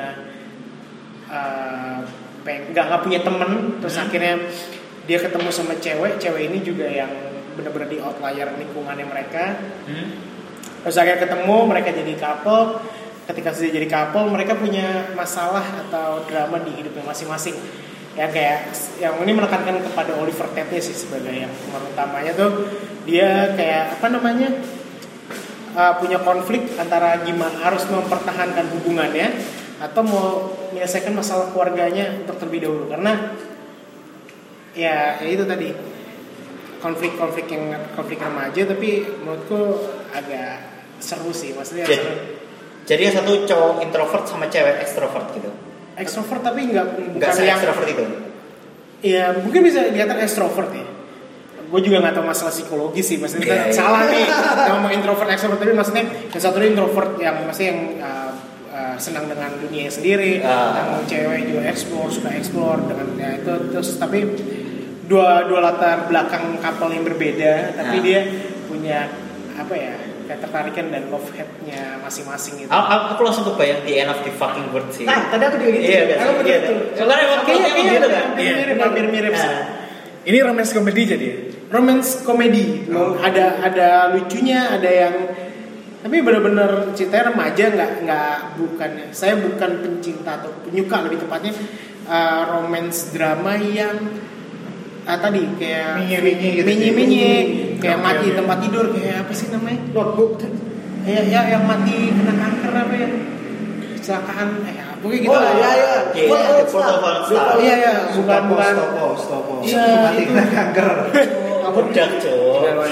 uh, peng- nggak nggak punya temen terus Hmm. akhirnya dia ketemu sama cewek cewek ini juga yang benar-benar di outlier lingkungannya mereka. Hmm? Terus akhirnya ketemu, mereka jadi couple. Ketika sudah jadi couple, mereka punya masalah atau drama di hidupnya masing-masing. Ya kayak yang ini menekankan kepada Oliver Tate sih sebagai yang pemeran utamanya tuh dia kayak apa namanya uh, punya konflik antara gimana harus mempertahankan hubungannya atau mau menyelesaikan masalah keluarganya untuk terlebih dahulu karena ya, ya itu tadi konflik-konflik yang konflik remaja, tapi menurutku agak seru sih, maksudnya. Jadi, jadi yang satu cowok introvert sama cewek ekstrovert gitu. Ekstrovert tapi nggak Nggak bukan yang se-ekstrovert itu. ya mungkin bisa dikatakan ekstrovert ya. Gue juga nggak tahu masalah psikologi sih, maksudnya Yeah, yeah. salah nih ngomong introvert ekstrovert, tapi maksudnya yang satu introvert yang maksudnya yang uh, uh, senang dengan dunia sendiri, Ah. yang cewek juga explore, suka explore dengan ya itu terus, tapi dua dua latar belakang couple yang berbeda, tapi Ah. dia punya apa ya ketertarikan dan love hate-nya masing-masing gitu. Aku, aku langsung kebayang the end of the fucking world sih. Nah, tadi aku juga gitu. Iya, iya, Aku iya. begitu. Soalnya emang Kayaknya plotnya emang kayaknya gitu kan. hampir mirip, hampir mirip sih. Nah, Ini romance komedi jadi ya? Romance komedi, Oh. ada ada lucunya, ada yang tapi benar-benar ceritanya remaja, nggak nggak bukan saya bukan pencinta atau penyuka lebih tepatnya uh, romance drama yang ah, tadi kayak Minyi-minyi gitu. minyi-minyi, kayak Oke, mati oke. tempat tidur, kayak apa sih namanya? Notebook. Ya, ya yang mati kena kanker apa ya? Kecelakaan, eh pokoknya gitu Oh lah. iya iya. Iya, Full The All Full Star. of All Full Star. All Iya iya, Star. bukan bukan. Stopo, stopo. Iya, Mati itu. kena kanker. Bedak cowok.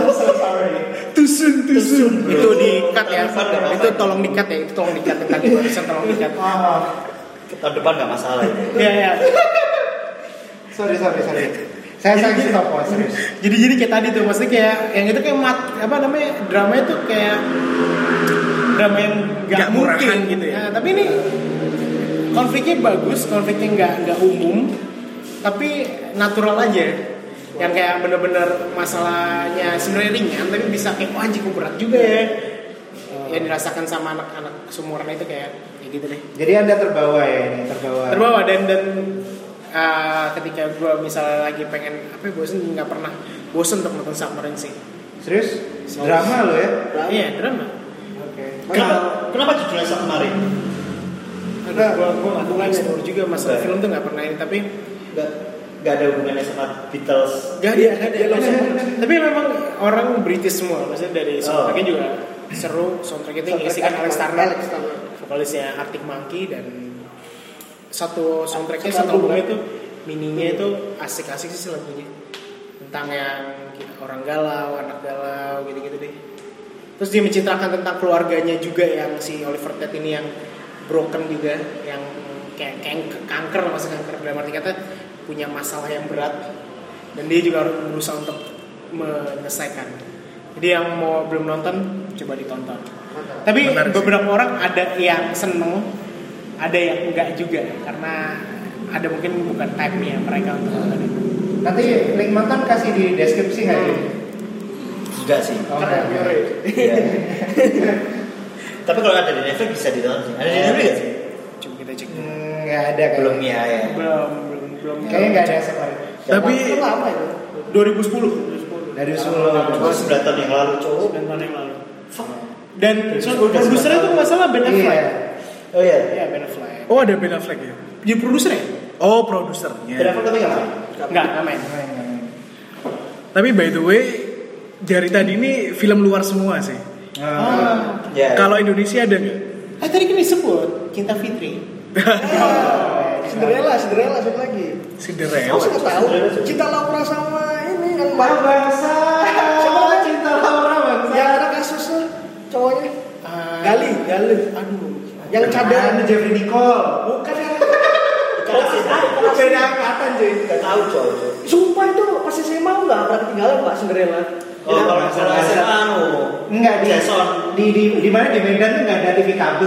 Tusun, tusun. Itu di cut ya, Tahun depan nggak apa-apa. itu tolong di cut ya, itu tolong di cut tadi barusan tolong di cut. Tahun depan nggak masalah. Iya iya. Sorry, sorry, sorry. Saya sayang stopo, serius. Jadi jadi kayak tadi tuh, maksudnya kayak yang itu kayak mat apa namanya drama itu kayak drama yang Nggak nggak murahan mungkin gitu ya. Nah, tapi ini konfliknya bagus, konfliknya nggak nggak umum, tapi natural aja. Yang kayak bener-bener masalahnya sebenarnya ringan, tapi bisa kayak wah anjing kok berat juga ya. Yang dirasakan sama anak-anak seumuran itu kayak kayak gitu deh. Jadi Anda terbawa ya ini, terbawa. Terbawa dan dan uh, ketika gue misalnya lagi pengen apa ya, bosen nggak pernah bosen untuk nonton Submarine sih. Serius? Drama lo ya? Iya drama. Oke. Kenapa, kenapa judulnya Submarine? Aduh, gue gue nggak tahu explore juga masalah Oke. film tuh nggak pernah ini, tapi Nggak, nggak ada hubungannya sama Beatles. nggak ada nggak ada. Langsung- tapi memang orang British semua, maksudnya dari soundtracknya Oh. juga seru. Soundtrack itu yang Soundtrack ngisikan Alex Turner, Alex Turner. vokalisnya Arctic Monkey, dan satu soundtracknya Satu satu album. albumnya itu mininya itu asik-asik sih lagunya, tentang yang orang galau, anak galau, gitu-gitu deh. Terus dia menceritakan tentang keluarganya juga yang si Oliver Tate ini yang broken juga, yang kayak kayak kanker, maksudnya kanker dalam arti kata punya masalah yang berat, dan dia juga harus berusaha untuk menyelesaikan. Jadi yang mau belum nonton coba ditonton. Tapi Menarik sih. beberapa orang ada yang seneng, ada yang enggak juga, karena ada mungkin bukan type-nya mereka untuk nonton itu. Nanti link nonton kasih di deskripsi nggak ya? Enggak sih. Oke. Iya. Tapi kalau ada di Netflix bisa ditonton sih. Ada di Netflix nggak sih? Coba kita cek. Hmm, nggak ada kayaknya. Belum ya ya. Belum belum belum. Kayaknya nggak ada safari. Tapi Itu lama itu. dua ribu sepuluh. Dari sepuluh. Oh, sembilan tahun yang lalu cowok. sembilan tahun yang lalu. Dan Udah produsernya sembilan itu nggak salah Ben Affleck. Iya. Oh iya. Iya Ben Affleck. oh ada Ben Affleck ya? Dia produser ya? Oh produsernya. Kenapa tapi nggak main? Enggak, nggak main. Tapi by the way dari tadi ini film luar semua sih. Ah. Ya. Kalau Indonesia ada nggak? Ah tadi kan disebut Cinta Fitri. Cinderella, Cinderella satu lagi. Cinderella. Aku nggak tahu. Cinta Laura sama ini yang baru. Bangsa, cinta Laura bangsa. Yang ada kasusnya cowoknya. Ah, Gali, Gali. Aduh. Yang cadar. Ada Jeffrey Nicole. Bukan yang Beda angkatan cuy. Nggak tahu cowok. Sumpah itu pas S M A nggak pernah ketinggalan Pak Cinderella. Oh kalau kalau S M A anu. Enggak di Jason. di di di mana di Medan tuh nggak ada T V kabel.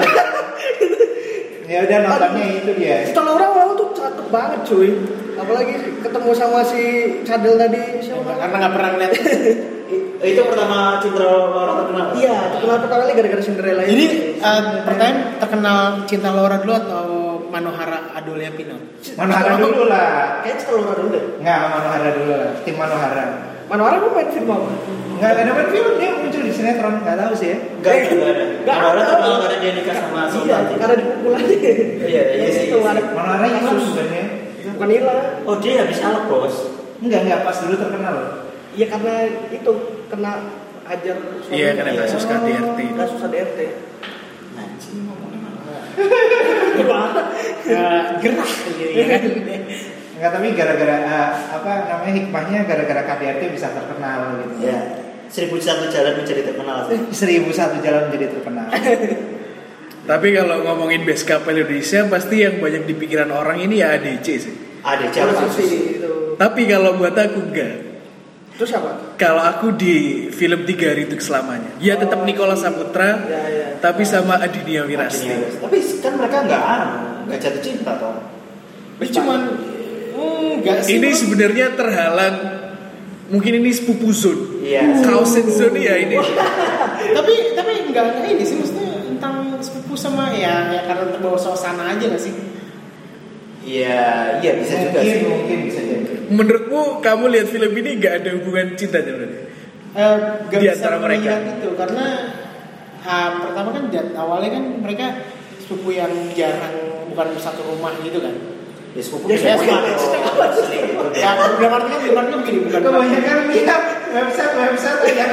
Ya udah nontonnya itu dia. Cinta Laura awal tuh cakep banget cuy. Apalagi ketemu sama si Cadel tadi siapa? Karena nggak pernah ngeliat. I- Itu pertama Cinta Laura terkenal. Iya, terkenal pertama kali gara-gara Cinderella itu. Jadi uh, pertanyaan terkenal Cinta Laura dulu atau Manohara Adolia Pinot? Manohara dulu lah. Kayaknya Cinta Laura dulu deh. Enggak, Manohara dulu lah. Tim Manohara. Manohara lu main film apa? Enggak ada main film, dia muncul di sinetron, enggak tahu sih ya. Enggak enggak ada. Nggak Laura ada. terkenal karena dia nikah sama Iya, Sultan. karena dipukul aja. Iya, iya sih. Itu ada Manohara hilang kasus. sebenarnya. Bukan hilang. Oh dia habis alok bos. Enggak, enggak pas dulu terkenal. Iya karena itu kena ajar suaminya. Iya, kena kasus K D R T. Kasus K D R T. Anjing ngomongnya mana? Uh, gerah gitu ya kan. Enggak, tapi gara-gara uh, apa namanya hikmahnya gara-gara K D R T bisa terkenal gitu. Ya. Seribu satu jalan menjadi terkenal. Seribu satu jalan menjadi terkenal. Tapi kalau ngomongin best couple Indonesia pasti yang banyak di pikiran orang ini ya A D C sih. A D C Kalau sih itu. Tapi kalau buat aku enggak. Terus siapa? Kalau aku di film Tiga Hari Untuk Selamanya, ya tetap Nicholas Saputra, Ya, ya. tapi sama Adinia Wirasti. Tapi kan mereka nggak anu, nggak jatuh cinta toh. Ini cuman enggak sih. Ini Bro. sebenarnya terhalang, mungkin ini sepupu zone. Iya. Kausen zone ya ini. tapi tapi enggak enggak ini sih maksudnya tentang sepupu sama ya, ya karena terbawa suasana aja nggak sih? Iya, iya bisa juga Mungkin, sih. mungkin bisa jadi. Menurutmu kamu lihat film ini nggak ada hubungan cintanya berarti? Eh, gak Di bisa antara mereka. melihat itu karena ah, pertama kan di awalnya kan mereka sepupu yang jarang bukan satu rumah gitu kan. Ya sepupu Ya, ya, ya, rumah ya, dong. ya, Asli, itu Ya, dia. udah artinya di kan begini bukan. Kebanyakan lihat website-website yang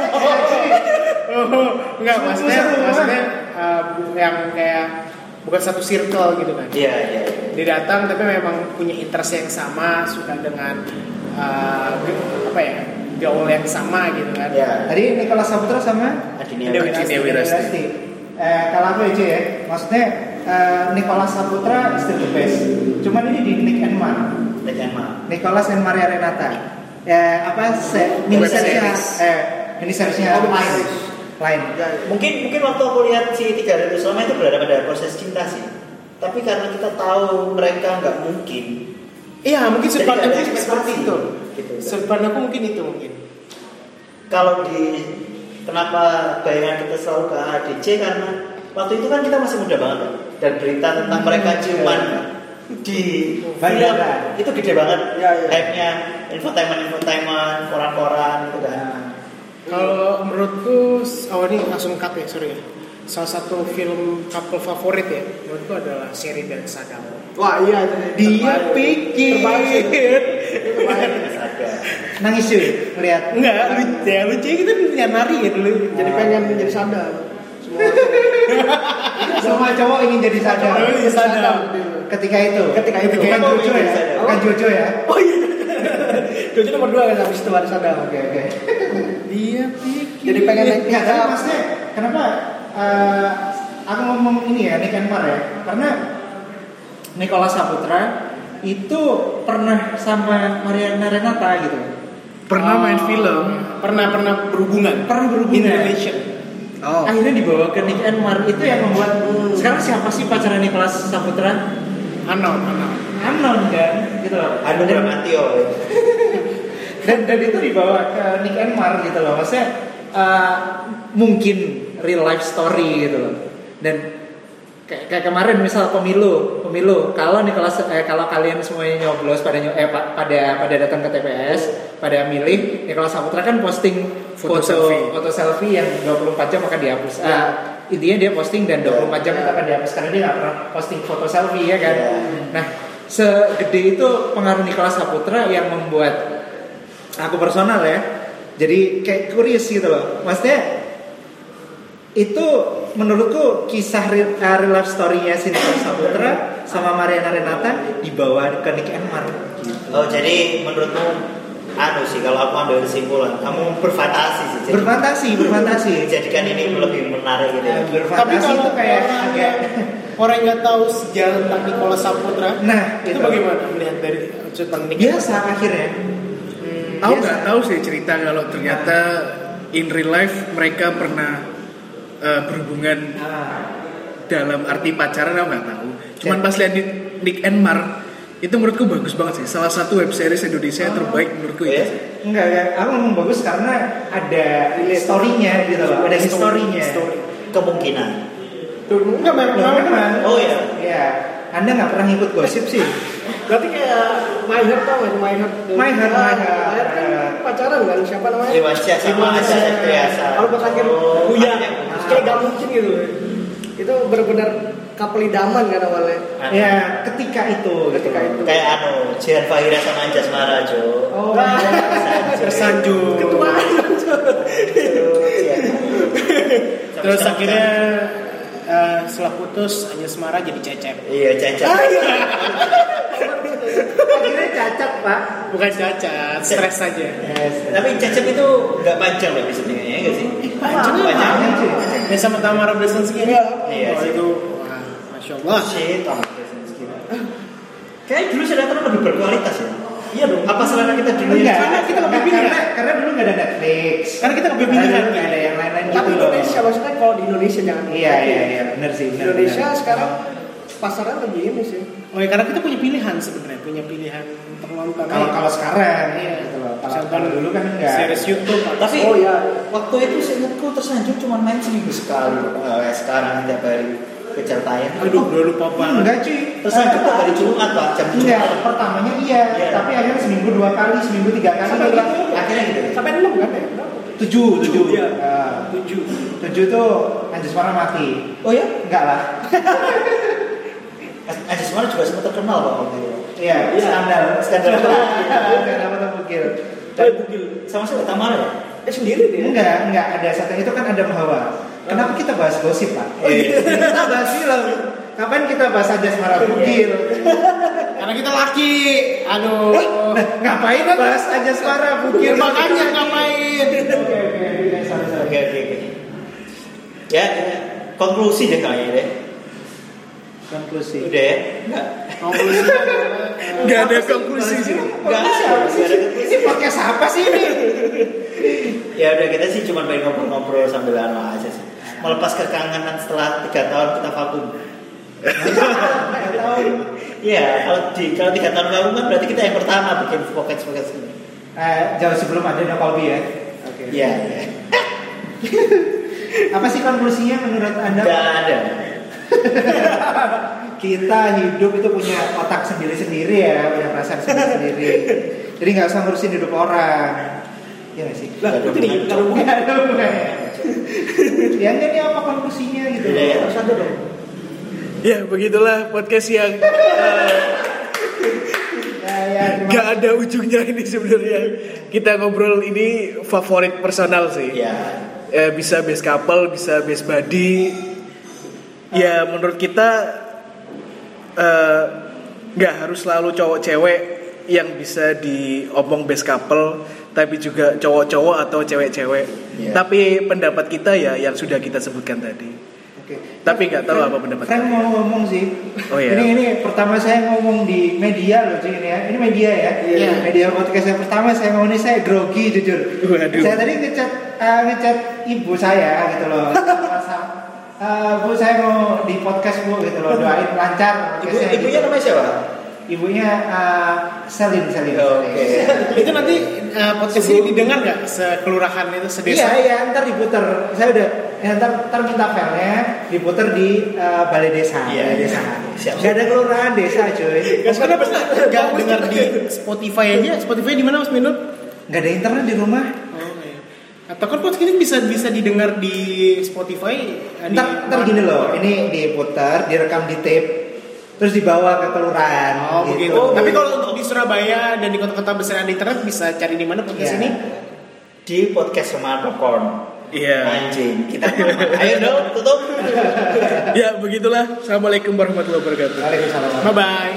Oh, enggak maksudnya Sepupu semua. maksudnya eh, yang kayak bukan satu circle gitu kan. Iya, iya. Dia datang tapi memang punya interest yang sama, suka dengan uh, apa ya gaul yang sama gitu kan. Ya. Tadi Nicholas Saputra sama Adinia Ada Wirasti. Adinia Wirasti. Eh, kalau aku aja ya, maksudnya eh, Nicholas Saputra is still the best. Cuman ini di Nick and Mar, Nick and Mar. Nicholas and Maria Renata. Eh, apa se mini Web seriesnya? series. Eh, mini seriesnya Oh, lain, lain. Mungkin mungkin waktu aku lihat si Tiga Hari Untuk Selamanya itu berada pada proses cinta sih. Tapi karena kita tahu mereka nggak mungkin. Iya, mungkin Jadi sudut nggak ada pandangku seperti ekspektasi. itu. Gitu. Sudut pandangku mungkin itu mungkin. Kalau di kenapa bayangan kita selalu ke A D C karena waktu itu kan kita masih muda banget kan? Dan berita tentang mereka ciuman di film Bandara. itu gede banget. Ya, ya. Hype-nya infotainment infotainment koran-koran gitu kan. Kalau menurutku, oh ini langsung cut ya, sorry ya. Salah satu film couple favorit ya, menurutku adalah Sherry dan Saddam. Wah iya itu. Dia pikir. Terbaik. Sadar. Nangis cuy, lihat. Enggak, lucu ya, lucu kita punya nari ya dulu. Jadi pengen menjadi sadar. Semua. Semua cowok ingin jadi sadar. Cowok ingin sadar. Ketika itu. Ketika itu. Bukan Cowok Jojo ingin ya. sadar. Bukan Jojo ya. Oh iya. Jojo nomor dua kan habis itu baru sadar. Oke oke. Dia pikir. Jadi pengen naik Nggak, tapi pick up. maksudnya kenapa eh, aku ngomong ini ya Nick and Mar ya? Karena Nicholas Saputra itu pernah sama Mariana Renata gitu. Pernah main film. Pernah pernah berhubungan. Pernah berhubungan. In relation. Oh. Akhirnya dibawa ke Nick and Mar, itu yang membuat sekarang siapa sih pacarnya Nicholas Saputra? Anon, anon. Anon kan, gitu loh. Anu Dan, Bramantio. dan, dan itu dibawa ke Nick and Mar gitu loh. Maksudnya eh, mungkin real life story gitu loh. Dan kayak, kayak kemarin misal pemilu, pemilu kalau Nicholas eh, kalau kalian semuanya nyoblos pada nyo, eh, pa- pada pada datang ke T P S, pada milih, Nicholas Saputra kan posting Foto foto selfie. foto selfie yang dua puluh empat jam akan dihapus. Ah, intinya dia posting dan dua puluh empat jam itu akan dihapus karena dia nggak pernah posting foto selfie ya kan. Nah, segede itu pengaruh Nicholas Saputra yang membuat aku personal ya. Jadi kayak curious gitu loh. Maksudnya itu menurutku kisah real, uh, real life story-nya si Nicholas Saputra sama Mariana Renata dibawa ke Nick and Mar gitu. Oh jadi menurutmu anu sih kalau aku ambil kesimpulan kamu berfantasi sih. Jadi, Berfantasi, berfantasi. jadikan ini lebih menarik gitu. ya. Tapi Berfantasi kalau itu kayak orang agak orang yang nggak tahu sejarah tentang Nicholas Saputra, nah itu gitu. bagaimana melihat dari sudut pandang Nick? Biasa akhirnya. Aku Biasa. nggak tahu sih cerita kalau ternyata in real life mereka pernah eh, berhubungan Ah. dalam arti pacaran, aku nggak tahu. Cuman pas lihat di Nick and Mar itu menurutku bagus banget sih. Salah satu web series Indonesia yang terbaik menurutku Oh, itu. ya? Enggak, enggak. Aku ngomong bagus karena ada story-nya gitu loh. Ada historinya. Story. Kemungkinan. Enggak memang. Loh, memang. Oh iya. Iya. Anda nggak pernah ngikut gosip sih? Berarti kayak My Heart tau nggak? My Heart. My Heart, My Heart. My Heart kan pacaran kan? Siapa namanya? Iwan Syah sama Iwan Acha Syah. Septriasa. Kalau pas akhir Oh, Buya, aneh. kayak gak mungkin gitu. Itu benar-benar couple idaman kan awalnya. Anu. Ya, ketika itu. Ketika itu. Kayak anu Jihan Fahira sama Anjas Marajo. Oh, Nah, Tersanjung. ketua. Terus akhirnya eh, setelah putus Anjas Mara jadi cecep. Iya Caca. Ah, iya. akhirnya cacat pak. Bukan cacat, stres saja. Yes. Tapi Cecep itu nggak panjang loh episode-nya ya nggak sih? Panjang panjang. Ya sama Tamara Blesensky Iya. Iya oh, sih. itu wah, masya Allah. Shit, Tamara Blesensky. Kayaknya dulu sinetron lebih berkualitas ya. Iya dong. Apa selera kita dulu? Enggak, Karena kita lebih karena, pilihan. karena, karena dulu nggak ada Netflix. Karena kita lebih pilihan. Nggak ada yang lain-lain Tapi gitu loh. Indonesia maksudnya kalau di Indonesia jangan. Iya iya iya benar sih. Benar, Indonesia benar. sekarang pasarnya lebih ini sih. Oh ya karena kita punya pilihan sebenarnya, punya pilihan penonton. Kalau kalau sekarang Iya. gitu loh. Kalau Misalkan kalau dulu kan enggak. series YouTube atau Tapi Oh, iya. waktu itu seingatku tersanjung cuma main seminggu sekali. Eh, sekarang tiap hari kejar tayang. aduh udah lupa banget. Enggak cuy. Tersanjung tuh hari Jumat pak, jam Enggak, Jumat. pertamanya iya, Iya. tapi akhirnya seminggu dua kali, seminggu tiga kali. Sampai gitu. gitu. Akhirnya gitu. Sampai enam kan ya? Tujuh, tujuh. Iya. Ah, Tujuh. tujuh tuh Anjasmara mati. Oh ya? Enggak lah. Aziz Mara juga sempat terkenal pak waktu itu. Iya, Iya. skandal. Skandal. Skandal apa bugil. Eh, bugil. Sama siapa? Tamara ya? Eh sendiri dia. Enggak, enggak ada satu itu kan ada Hawa. Kenapa kita bahas gosip, Pak? Oh, iya. Kita bahas film. Kapan kita bahas Anjasmara bugil? Karena kita laki. Aduh. Nah, ngapain bahas Anjasmara bugil? Ya, makanya ngapain? Oke, oke, oke, sorry, sorry. Oke oke oke. Ya, ya, konklusi deh kayaknya deh. Konklusi. Udah ya? Enggak. Konklusinya Nggak ada konklusi sih. Enggak ada. Enggak ada konklusi. Ini podcast apa sih ini? Ya udah kita sih cuma pengen ngobrol-ngobrol sambil anu aja sih. Melepas kekangenan setelah tiga tahun kita vakum. Nggak tahu. Iya, kalau di kalau tiga tahun vakum kan berarti kita yang pertama bikin podcast podcast ini. Eh, jauh sebelum ada No Colby ya. Oke. Iya, iya. Apa sih konklusinya menurut Anda? Enggak ada. Kita hidup itu punya otak sendiri-sendiri ya, punya perasaan sendiri-sendiri. Jadi nggak usah ngurusin hidup orang. Iya nggak sih? Lah, Nggak ada itu nih, hubungan. kalau Nggak ada hubungannya. Ya enggak nih apa konklusinya gitu. Udah ya. harus ada dong. Ya begitulah podcast yang eh, Ya, ya, terima nggak ada ujungnya ini sebenarnya. Kita ngobrol ini favorit personal sih. Iya. Eh, bisa best couple, bisa best buddy. Ya menurut kita eh, nggak harus selalu cowok cewek yang bisa diomong best couple, tapi juga cowok-cowok atau cewek-cewek. Iya. Tapi pendapat kita ya yang sudah kita sebutkan tadi. Oke. Tapi nggak tahu Frank- apa pendapat Frank kalian. mau ngomong sih. Oh, iya. Ini ini pertama saya ngomong di media loh cuy ini ya. Ini media ya. Iya. Media podcast yang pertama saya ngomong ini saya grogi jujur. Waduh. Saya tadi ngechat eh, ngechat ibu saya gitu loh. Eh, Bu saya mau di podcast Bu gitu loh, doain lancar Ibu, podcastnya, ibunya gitu. namanya siapa? Ibunya eh, Selin Selin. Oke. itu nanti uh, podcast ini didengar nggak sekelurahan itu Iya sedesa? iya ntar diputer. Saya udah ya, ntar ntar minta filenya diputer di eh, balai desa. Iya, Balai iya. desa. Siap. Gak ada kelurahan desa cuy. Mas kenapa nggak dengar di Spotify aja? Spotify di mana Mas Minul? Gak ada internet di rumah. Oh, iya. Atau kan podcast ini bisa bisa didengar di Spotify? eh, di- Ntar, ntar gini loh, ini diputar, direkam di tape, terus dibawa ke kelurahan. Oh gitu. begitu. Tapi kalau untuk di Surabaya dan di kota-kota besar yang ada internet bisa cari di mana podcast Iya. ini? Di podcast Remahan Popcorn. Iya. Anjing. Kita ayo dong tutup. Ya begitulah. Assalamualaikum warahmatullahi wabarakatuh. Waalaikumsalam. Bye bye.